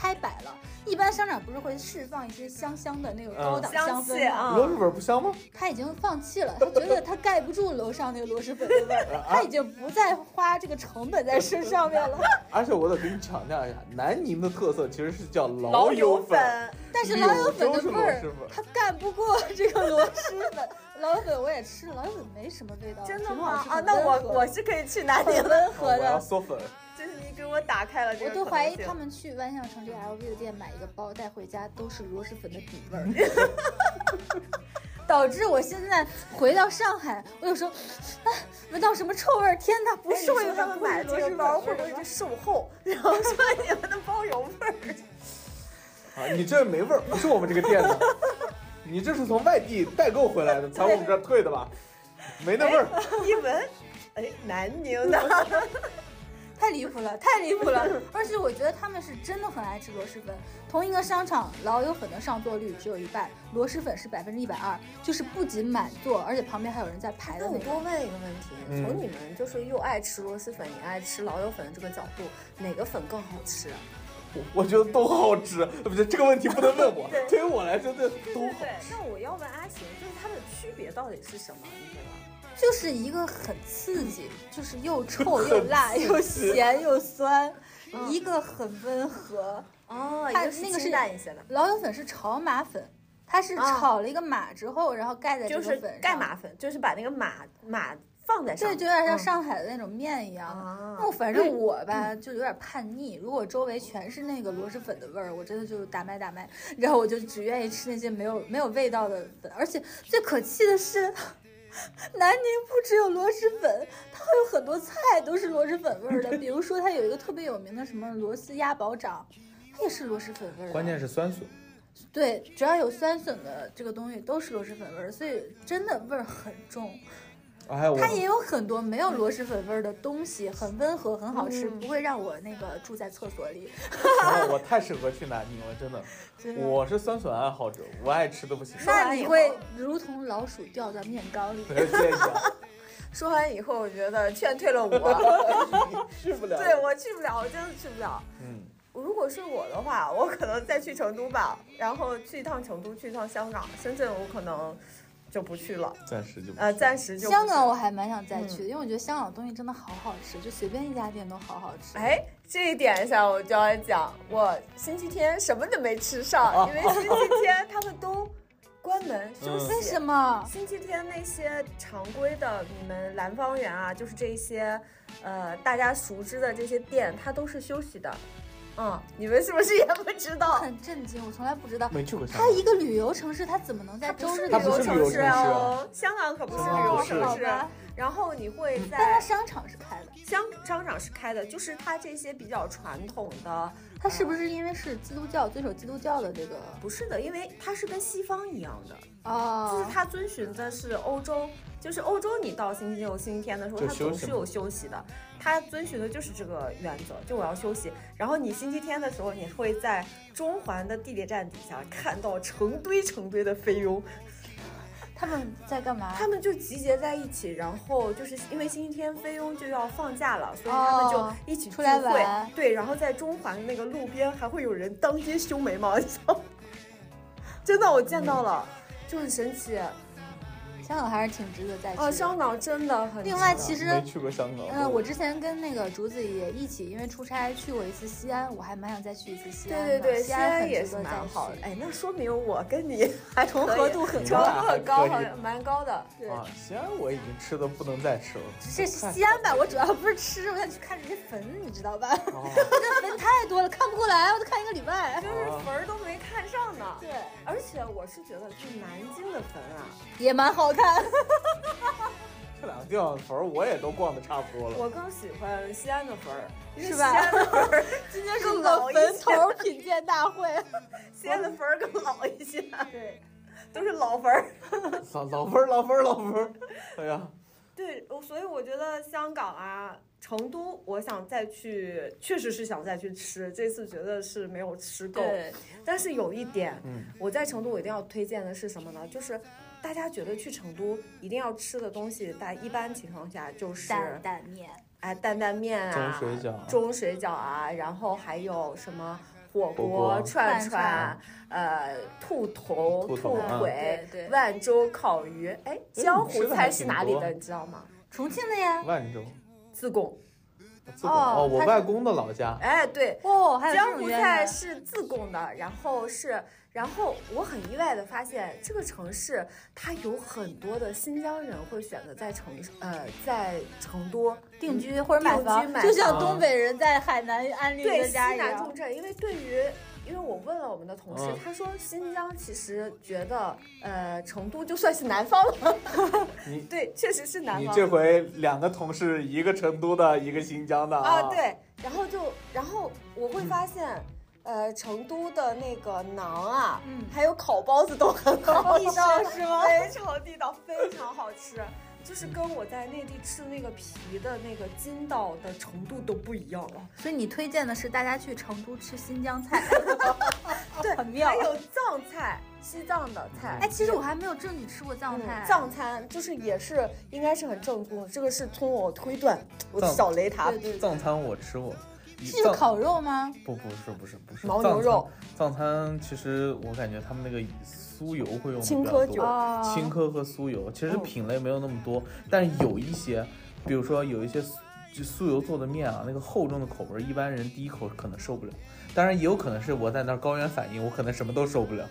开摆了。一般商场不是会释放一些香香的那个高档香氛吗？ 螺蛳粉不香吗？ 他已经放弃了，他觉得他盖不住楼上那个螺蛳粉的味儿，他已经不再花这个成本在这上面了。 而且我得给你强调一下，南宁的特色其实是叫老友粉， 但是老友粉的味儿它干不过这个螺蛳粉。老友粉我也吃了，老友粉没什么味道。 真的吗？啊，那我是可以去南宁温和的。 我要嗦粉。 就是你给我打开了这个， 我都怀疑他们去万象城这个 LV 的店买一个包带回家都是螺蛳粉的底味儿。导致我现在回到上海，我有时候闻到什么臭味儿，天哪！不是为他们买这个包会不会是售后，然后说你们的包有味儿？ 啊，你这没味儿，不是我们这个店的，你这是从外地代购回来的，才我们这儿退的吧？没那味儿。 一闻，哎，南宁的。 太离谱了，太离谱了！而且我觉得他们是真的很爱吃螺蛳粉。同一个商场，老友粉的上座率只有一半，螺蛳粉是120%，就是不仅满座，而且旁边还有人在排的那种。 那我多问一个问题，从你们就是又爱吃螺蛳粉也爱吃老友粉的这个角度，哪个粉更好吃？ 我觉得都好吃，不是这个问题不能问我，对于我来说这都好吃。 那我要问阿晴，就是它的区别到底是什么？你觉得？ 就是一个很刺激，就是又臭又辣又咸又酸，一个很温和。 哦， 它那个是淡一些的。 老友粉是炒马粉，它是炒了一个马之后，然后盖在这个粉上。 就是盖马粉，就是把那个马放在上面。 对，就有点像上海的那种面一样。那反正我吧，就有点叛逆。如果周围全是那个螺蛳粉的味儿，我真的就打麦，然后我就只愿意吃那些没有味道的粉。而且最可气的是。南宁不只有螺蛳粉，它还有很多菜都是螺蛳粉味儿的。比如说，它有一个特别有名的什么螺丝鸭宝掌，它也是螺蛳粉味儿的。 关键是酸笋。 对，只要有酸笋的这个东西都是螺蛳粉味儿，所以真的味儿很重。它也有很多没有螺蛳粉味儿的东西，很温和，很好吃，不会让我那个住在厕所里。 我太适合去南宁了，真的。我是酸笋爱好者，我爱吃的不行。 那你会如同老鼠掉到面缸里。 说完以后，我觉得劝退了我， 去不了。 对，我去不了，我真的去不了。如果是我的话，我可能再去成都吧，然后去一趟成都，去一趟香港、深圳，我可能。就不去了，暂时就香港我还蛮想再去的，因为我觉得香港的东西真的好好吃，就随便一家店都好好吃。 哎，这一点上我就要讲，我星期天什么都没吃上，因为星期天他们都关门休息。 为什么？ 星期天那些常规的你们兰芳园啊，就是这些大家熟知的这些店，它都是休息的。你们是不是也不知道？ 很震惊，我从来不知道。 没去过香港。它一个旅游城市，它怎么能在周日旅游城市哦？香港可不是旅游城市。然后你会在， 但它商场是开的。 商场是开的，就是它这些比较传统的。 它是不是因为是基督教，遵守基督教的这个？ 不是的，因为它是跟西方一样的就是它遵循的是欧洲。就是欧洲，你到星期六、星期天的时候，它总是有休息的。它遵循的就是这个原则，就我要休息。然后你星期天的时候，你会在中环的地铁站底下看到成堆的菲佣。 他们在干嘛？ 他们就集结在一起，然后就是因为星期天菲佣就要放假了，所以他们就一起出来玩。 对，然后在中环那个路边还会有人当街修眉毛，你知道吗？真的，我见到了，就很神奇。 香港还是挺值得再去的。 香港真的很。 另外，其实没去过香港。 我之前跟那个竹子也一起，因为出差去过一次西安，我还蛮想再去一次西安的。 对， 西安也是蛮好的。哎，那说明我跟你还重合度很高，蛮高的。对西安我已经吃的不能再吃了。 这是西安吧？我主要不是吃，我想去看这些坟，你知道吧？这坟太多了，看不过来，我都看1个礼拜， 就是坟都没看上呢。 对， 而且我是觉得去南京的坟啊， 也蛮好看。 这两个地方坟我也都逛的差不多了。 我更喜欢西安的坟， 是吧？ 西安的坟今天是个坟头品鉴大会， 西安的坟更老一些。 对， 都是老坟。 老坟。哎呀， 对，所以我觉得香港啊、成都，我想再去，确实是想再去吃。这次觉得是没有吃够。 对， 但是有一点，我在成都我一定要推荐的是什么呢？就是大家觉得去成都一定要吃的东西，一般情况下就是担担面。 担担面啊， 中水饺啊，然后还有什么火锅、串、兔头、兔腿、万州烤鱼。哎，江湖菜是哪里的？你知道吗？ 重庆的呀。 万州。 自贡。 我外公的老家。 哎，对还有江湖菜是自贡的，然后我很意外的发现，这个城市它有很多的新疆人会选择在成都定居或者买房，就像东北人在海南安利的家一样。 对，西南重镇，因为我问了我们的同事，他说新疆其实觉得，成都就算是南方了。对，确实是南方。 你这回2个同事，一个成都的，一个新疆的啊。 对，然后我会发现，成都的那个馕啊，还有烤包子都很好吃， 地道是吗？ 非常地道，非常好吃。就是跟我在内地吃的那个皮的那个筋道的程度都不一样了。 所以你推荐的是大家去成都吃新疆菜。 对， 很妙。 还有藏菜，西藏的菜。 哎，其实我还没有正经吃过藏菜。 藏餐就是也是应该是很正宗的，这个是从我推断，我小雷他。 对， 藏餐我吃过。 是烤肉吗？ 不是牦牛肉。 藏餐其实我感觉他们那个酥油会用的青稞酒， 青稞和酥油，其实品类没有那么多，但是有一些，比如说有一些酥油做的面啊，那个厚重的口味，一般人第一口可能受不了。当然也有可能是我在那儿高原反应，我可能什么都受不了。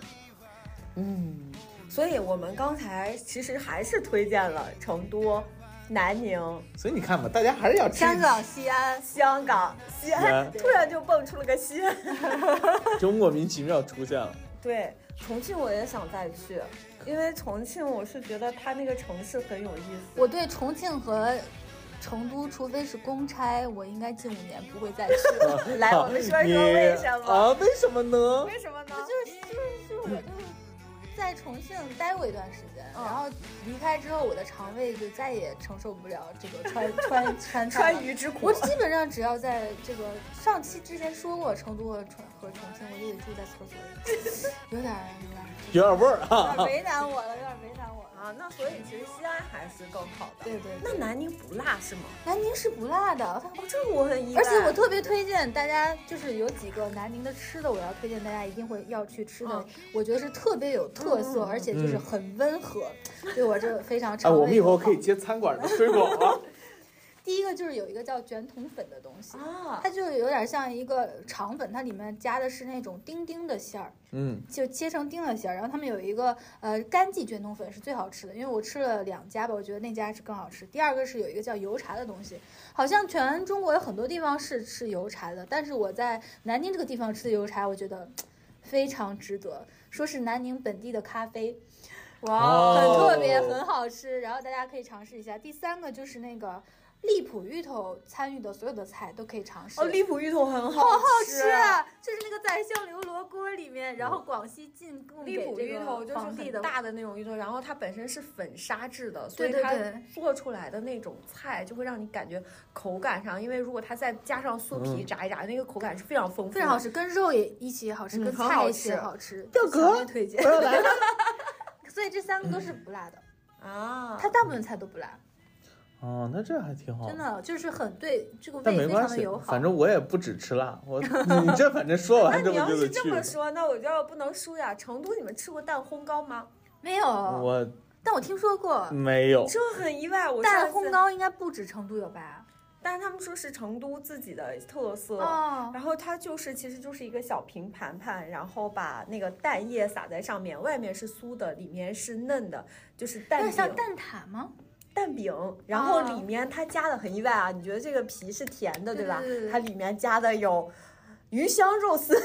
所以我们刚才其实还是推荐了成都、南宁。 所以你看吧，大家还是要吃香港、西安， 突然就蹦出了个西安， 就莫名其妙出现了。 对，重庆我也想再去，因为重庆我是觉得它那个城市很有意思。 我对重庆和成都，除非是公差，我应该近5年不会再去了。 来，我们说说为什么啊？为什么呢？ 为什么呢？ 我就是在重庆待过一段时间，然后离开之后，我的肠胃就再也承受不了这个川渝之苦。 我基本上只要在这个上期之前说过，成都和重庆，我就得住在厕所里，有点味儿啊， 有点为难我了。 啊，那所以其实西安还是更好的。 对。 那南宁不辣是吗？ 南宁是不辣的， 这个我很意外。 而且我特别推荐大家，就是有几个南宁的吃的，我要推荐大家一定会要去吃的。我觉得是特别有特色，而且就是很温和，对我这非常肠胃。 我们以后可以接餐馆的推广了。 第一个就是有一个叫卷筒粉的东西它就有点像一个肠粉，它里面加的是那种丁丁的馅儿，就切成丁的馅儿。然后他们有一个干记卷筒粉是最好吃的，因为我吃了2家吧，我觉得那家是更好吃。第二个是有一个叫油茶的东西，好像全中国有很多地方是吃油茶的，但是我在南宁这个地方吃的油茶，我觉得非常值得，说是南宁本地的咖啡。哇，很特别，很好吃，然后大家可以尝试一下。第3个就是那个荔浦芋头参与的所有的菜都可以尝试。 荔浦芋头很好吃， 就是那个在香牛罗锅里面，然后广西进贡给这个皇帝的。荔浦芋头就是很大的那种芋头，然后它本身是粉沙制的，所以它做出来的那种菜就会让你感觉口感上，因为如果它再加上酥皮炸一炸，那个口感是非常丰富的， 非常好吃，跟肉也一起也好吃，跟菜一起也好吃。 表哥推荐，所以这3个都是不辣的它大部分菜都不辣。 那这还挺好， 真的就是很对这个胃非常的友好。 反正我也不只吃辣，你这反正说完这不就得去了？ 那你要是这么说，那我就要不能输呀。成都你们吃过蛋烘糕吗？ 没有，但我听说过。 没有， 这很意外。 蛋烘糕应该不止成都有吧？ 但是他们说是成都自己的特色，然后它其实就是一个小平盘盘，然后把那个蛋液撒在上面，外面是酥的，里面是嫩的，就是蛋饼。 像蛋挞吗？ 蛋饼，然后里面它加的很意外啊！你觉得这个皮是甜的，对吧？它里面加的有鱼香肉丝，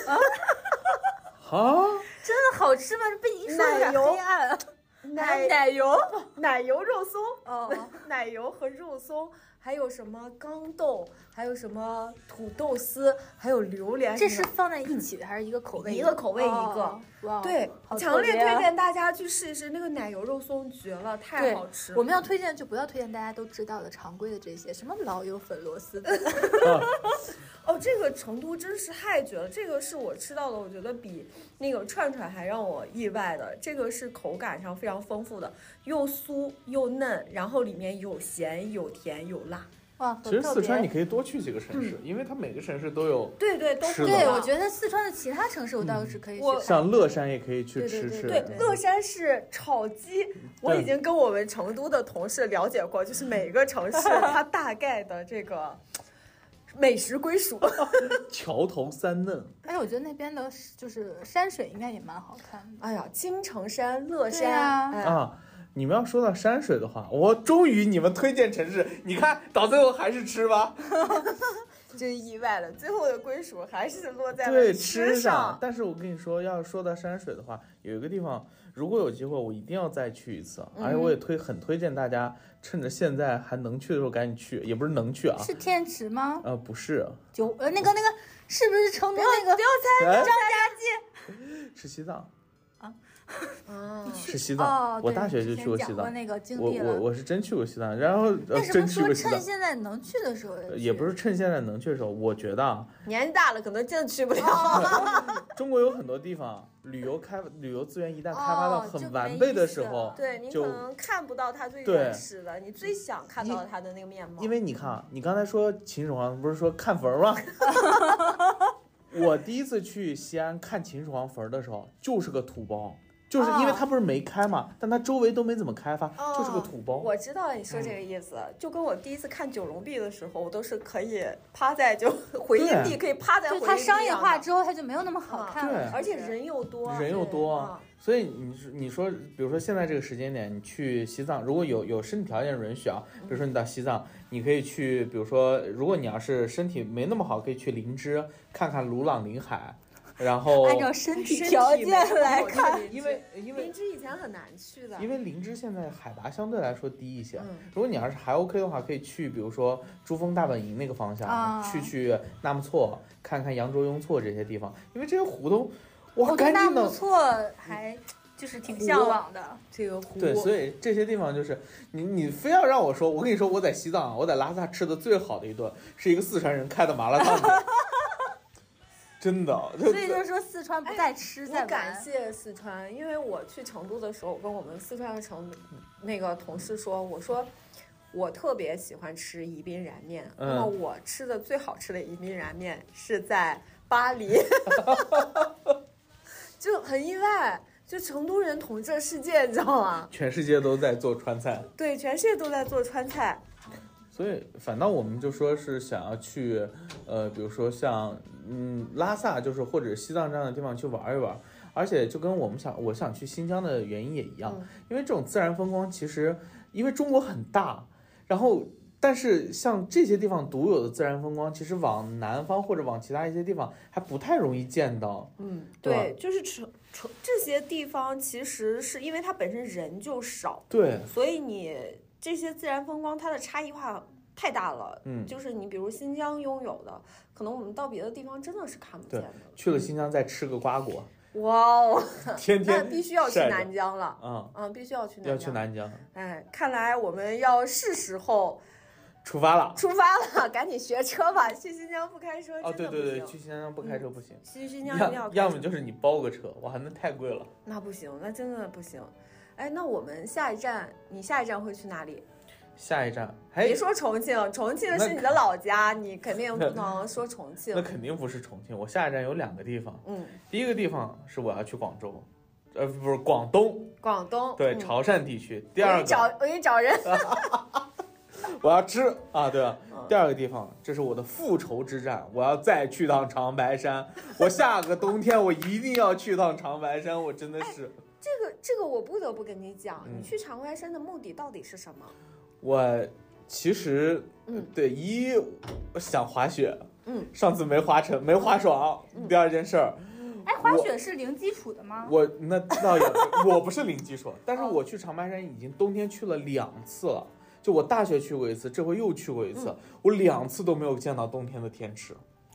真的好吃吗？被你一说有点黑暗。 奶油肉松，奶油和肉松。还有什么缸豆，还有什么土豆丝，还有榴莲。 这是放在一起的，还是一个口味？ 一个口味一个。对，强烈推荐大家去试一试那个奶油肉松，绝了，太好吃了。 我们要推荐就不要推荐大家都知道的常规的这些，什么老友粉螺丝。 这个成都真是太绝了！这个是我吃到的，我觉得比那个串串还让我意外的。这个是口感上非常丰富的，又酥又嫩，然后里面有咸有甜有辣。 哇， 其实四川你可以多去几个城市，因为它每个城市都有对都对，我觉得四川的其他城市我倒是可以去看。 像乐山也可以去吃。 对，乐山是炒鸡，我已经跟我们成都的同事了解过，就是每个城市它大概的这个美食归属。 桥头三嫩， 而且我觉得那边的就是山水应该也蛮好看的。 哎呀，青城山、乐山啊。你们要说到山水的话，我终于你们推荐城市，你看到最后还是吃吧。 真意外了，最后的归属还是落在了吃上。 但是我跟你说，要说到山水的话，有一个地方，如果有机会，我一定要再去一次。而且我也很推荐大家，趁着现在还能去的时候赶紧去，也不是能去啊。 是天池吗？ 不是。 那个是不是成都那个？ 不要猜，张家界。是西藏。是西藏，我大学就去过西藏。 那个经历了， 我是真去过西藏，然后真去过西藏。趁现在能去的时候也不是趁现在能去的时候，我觉得年纪大了可能真的去不了。 中国有很多地方旅游资源一旦开发到很完备的时候， 对你可能看不到它最原始的，你最想看到它的那个面貌。 因为你看，你刚才说秦始皇不是说看坟吗？我第一次去西安看秦始皇坟的时候，就是个土包。就是因为它不是没开嘛，但它周围都没怎么开发，就是个土包。 我知道你说这个意思，就跟我第一次看九龙壁的时候，我都是可以趴在回音壁，可以趴在回音壁。 它商业化之后，它就没有那么好看了， 而且人又多， 所以你说，比如说现在这个时间点，你去西藏，如果有身体条件允许啊，比如说你到西藏，你可以去，比如说如果你要是身体没那么好，可以去林芝看看鲁朗林海。然后按照身体条件来看， 因为林芝以前很难去的， 因为林芝现在海拔相对来说低一些。如果你要是还 OK 的话，可以去比如说珠峰大本营那个方向，去纳木错，看看羊卓雍措这些地方，因为这些湖都哇干净的。 纳木错还就是挺向往的这个湖。 对，所以这些地方就是你非要让我说，我跟你说我在西藏，我在拉萨吃的最好的一顿是一个四川人开的麻辣烫店。真的， 所以就是说四川不在吃，在玩。 我感谢四川，因为我去成都的时候，我跟我们四川的那个同事说，我说我特别喜欢吃宜宾燃面，那么我吃的最好吃的宜宾燃面是在巴黎，就很意外。就成都人统治世界，你知道吗？ 全世界都在做川菜。 对，全世界都在做川菜。 所以反倒我们就说是想要去，比如说像拉萨，就是或者西藏这样的地方去玩一玩，而且就跟我想去新疆的原因也一样，因为这种自然风光其实因为中国很大，然后但是像这些地方独有的自然风光，其实往南方或者往其他一些地方还不太容易见到。 对，就是这些地方其实是因为它本身人就少， 对， 所以你这些自然风光它的差异化太大了。就是你比如新疆拥有的，可能我们到别的地方真的是看不见的。 去了新疆再吃个瓜果。 哇哦， 天天那必须要去南疆了。必须要去南疆。 哎，看来我们要是时候出发了， 赶紧学车吧！去新疆不开车真的不行。 对，去新疆不开车不行。 去新疆一定要开车。 要么就是你包个车，哇，那太贵了。 那不行，那真的不行。哎，那我们下一站会去哪里？ 下一站， 别说重庆，重庆是你的老家，你肯定不能说重庆。 那肯定不是重庆，我下一站有2个地方。第一个地方是我要去广州，不是广东。对，潮汕地区。第二个， 我给你找人。 我要吃啊，对吧？第二个地方，这是我的复仇之战，我要再去趟长白山。我下个冬天我一定要去趟长白山，我真的是。 这个我不得不跟你讲，你去长白山的目的到底是什么？ 我其实对想滑雪，上次没滑成，没滑爽。第二件事儿， 滑雪是零基础的吗？ 那倒也我不是零基础，但是我去长白山已经冬天去了2次了。就我大学去过一次，这回又去过一次，我2次都没有见到冬天的天池。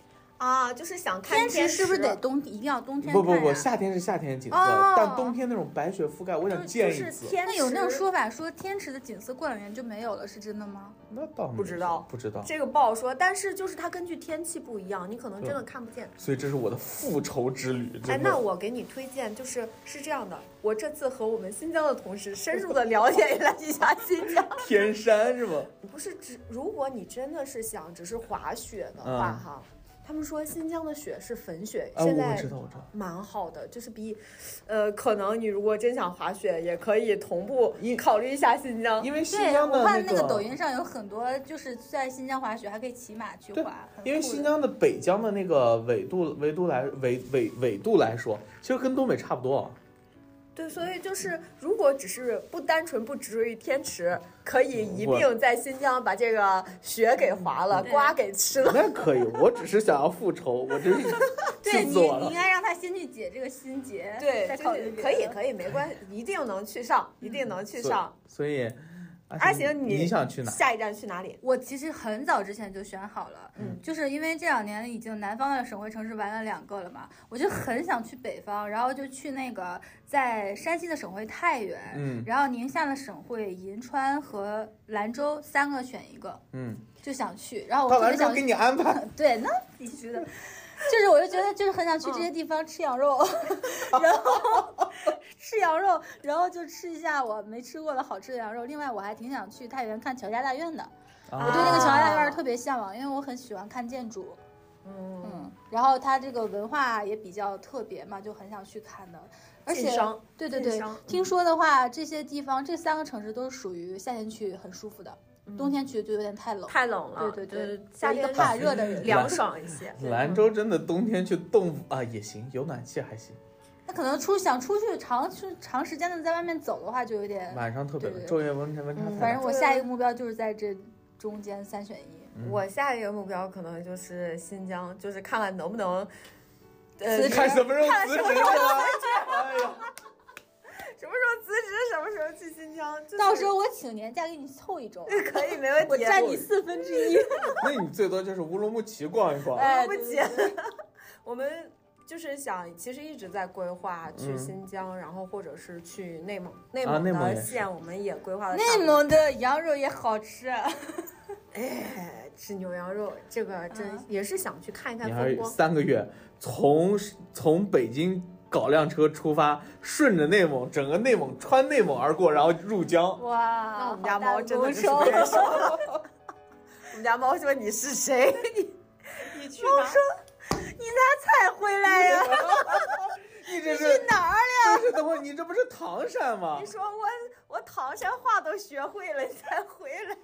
啊，就是想看天池是不是得一定要冬天看？ 不，夏天是夏天景色，但冬天那种白雪覆盖，我想见一次。 那有那种说法说天池的景色过2年就没有了，是真的吗？ 那倒不知道，这个不好说。但是就是它根据天气不一样，你可能真的看不见。 所以这是我的复仇之旅。 哎，那我给你推荐，是这样的，我这次和我们新疆的同事深入的了解了一下新疆天山是吗？ 不是，如果你真的是想只是滑雪的话，哈。他们说新疆的雪是粉雪，现在我知道， 蛮好的，就是比，可能你如果真想滑雪，也可以同步考虑一下新疆， 因为新疆的我看那个抖音上有很多就是在新疆滑雪，还可以骑马去滑。 因为新疆的北疆的那个纬度来说，其实跟东北差不多。 对，所以就是如果只是不单纯不执着于天池，可以一并在新疆把这个雪给滑了，瓜给吃了。 那可以，我只是想要复仇，我真是对你应该让他先去解这个心结， 对， 再考虑。 可以，没关系，一定能去上，一定能去上。 所以。 阿行， 你想去哪？ 下一站去哪里？ 我其实很早之前就选好了，就是因为这2年已经南方的省会城市玩了2个了嘛，我就很想去北方，然后就去那个在山西的省会太原，然后宁夏的省会银川和兰州3个选一个，就想去，然后我特别想给你安排， 对，那必须的。就是我就觉得就是很想去这些地方吃羊肉，然后吃羊肉，然后就吃一下我没吃过的好吃的羊肉。另外我还挺想去太原看乔家大院的，我对那个乔家大院特别向往，因为我很喜欢看建筑。然后它这个文化也比较特别嘛，就很想去看的。而且对，听说的话，这些地方这3个城市都是属于夏天去很舒服的。冬天去就有点太冷了， 对， 夏天怕热的人凉爽一些。 兰州真的冬天去也行，有暖气还行。 那可能想出去长时间的在外面走的话，就有点晚上特别冷，昼夜温差太大。 反正我下一个目标就是在这中间3选1。 我下一个目标可能就是新疆，就是看看能不能看什么时候辞职是吧？哎呀。 什么时候辞职，什么时候去新疆？ 到时候我请年假给你凑1周， 可以，没问题。 我占你1/4。 那你最多就是乌鲁木齐逛一逛。 乌鲁木齐，我们就是其实一直在规划去新疆，然后或者是去内蒙的县，我们也规划了。 内蒙的羊肉也好吃。 哎，吃牛羊肉，这个真也是想去看一看风光。 3个月，从北京。搞辆车出发，顺着内蒙，整个内蒙穿内蒙而过，然后入疆。 哇， 那我们家猫真的是不认识我。我们家猫说你是谁？你去哪？ 我说你咋才回来呀？ 你这是去哪儿了？ 等会你这不是唐山吗？ 你说我唐山话都学会了，你才回来。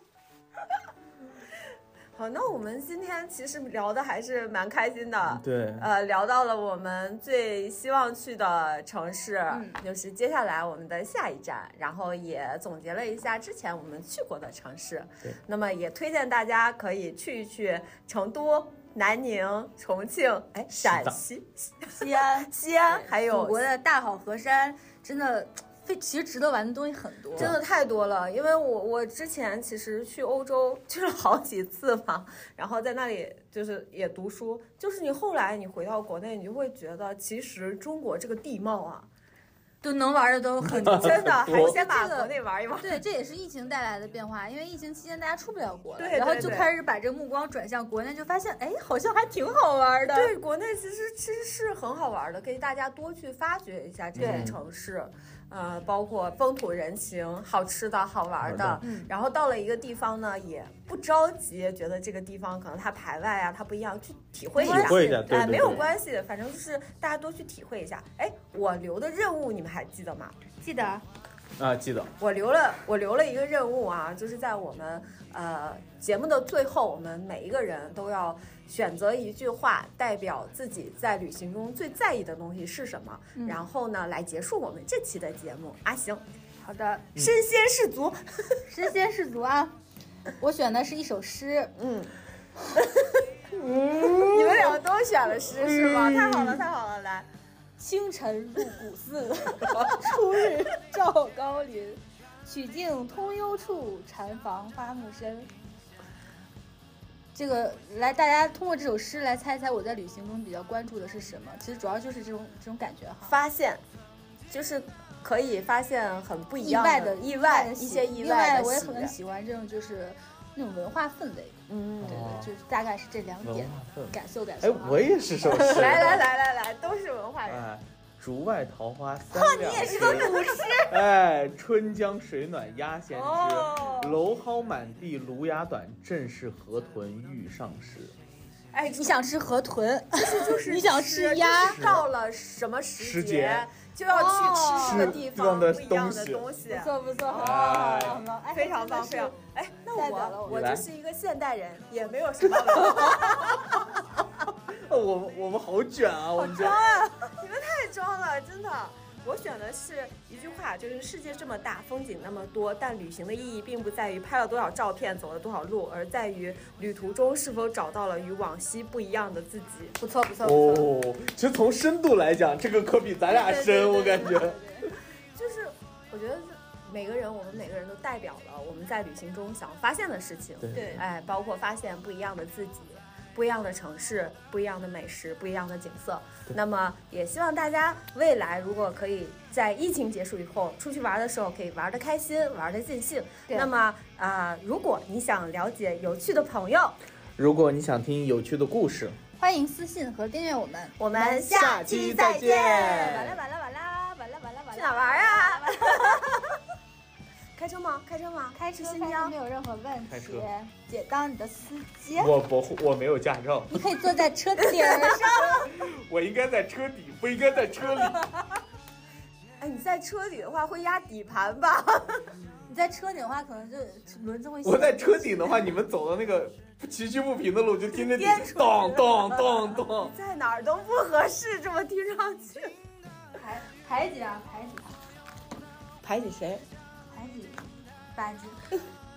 好，那我们今天其实聊的还是蛮开心的， 对， 聊到了我们最希望去的城市，就是接下来我们的下一站，然后也总结了一下之前我们去过的城市， 对， 那么也推荐大家可以去一去成都、南宁、重庆，陕西、西安，还有祖国的大好河山，真的。其实值得玩的东西很多， 真的太多了。因为我之前其实去欧洲去了好几次嘛，然后在那里就是也读书，就是你后来你回到国内，你就会觉得其实中国这个地貌啊， 都能玩的都很真的，还是先把国内玩一玩。 对，这也是疫情带来的变化，因为疫情期间大家出不了国了， 对， 然后就开始把这个目光转向国内，就发现好像还挺好玩的。 对，国内其实是很好玩的，可以大家多去发掘一下这些城市。包括风土人情、好吃的好玩的，然后到了一个地方呢，也不着急，觉得这个地方可能它排外啊，它不一样，去体会一下， 对， 没有关系，反正就是大家多去体会一下。我留的任务你们还记得吗？ 记得啊，记得。 我留了一个任务啊，就是在我们节目的最后，我们每一个人都要选择一句话，代表自己在旅行中最在意的东西是什么，然后呢来结束我们这期的节目。行， 好的， 身先士卒， 身先士卒啊！我选的是一首诗， 你们两个都选了诗是吗？太好了，太好了，来。 清晨入古寺，初日照高林，曲径通幽处，禅房花木深。 这个来，大家通过这首诗来猜猜我在旅行中比较关注的是什么？其实主要就是这种感觉哈。 发现，就是可以发现很不一样的意外一些意外的。 我也很喜欢这种就是那种文化氛围。对，就是大概是这2点感受。 哎，我也是首诗。 来，都是文化人。 竹外桃花3两枝。 你也是个古诗。 哎，春江水暖鸭先知，蒌蒿满地芦芽短，正是河豚欲上时。 哎，你想吃河豚， 就是你想吃鸭， 到了什么时节就要去吃这个地方不一样的东西。 不错， 非常棒，非常。哎，那我就是一个现代人，也没有什么文化。 我们好卷啊！我们装啊！你们太装了，真的。我选的是一句话，就是世界这么大，风景那么多，但旅行的意义并不在于拍了多少照片，走了多少路，而在于旅途中是否找到了与往昔不一样的自己。 不错。 其实从深度来讲，这个可比咱俩深，我感觉。 就是我觉得我们每个人都代表了我们在旅行中想发现的事情。 对， 哎，包括发现不一样的自己。不一样的城市，不一样的美食，不一样的景色。那么也希望大家未来如果可以在疫情结束以后出去玩的时候，可以玩得开心，玩得尽兴。那么如果你想了解有趣的朋友， 如果你想听有趣的故事， 欢迎私信和订阅我们。 我们下期再见。 完了。 去哪玩啊？开车吗？ 开车没有任何问题。姐当你的司机。 我没有驾照。 你可以坐在车顶上。 我应该在车底，不应该在车里。 哎，你在车里的话会压底盘吧？ 你在车顶的话，可能就轮子会。 我在车顶的话，你们走的那个崎岖不平的路，就听着你咚咚咚咚。 在哪儿都不合适，这么听上去。 排挤啊！ 排挤谁？ 排挤班级。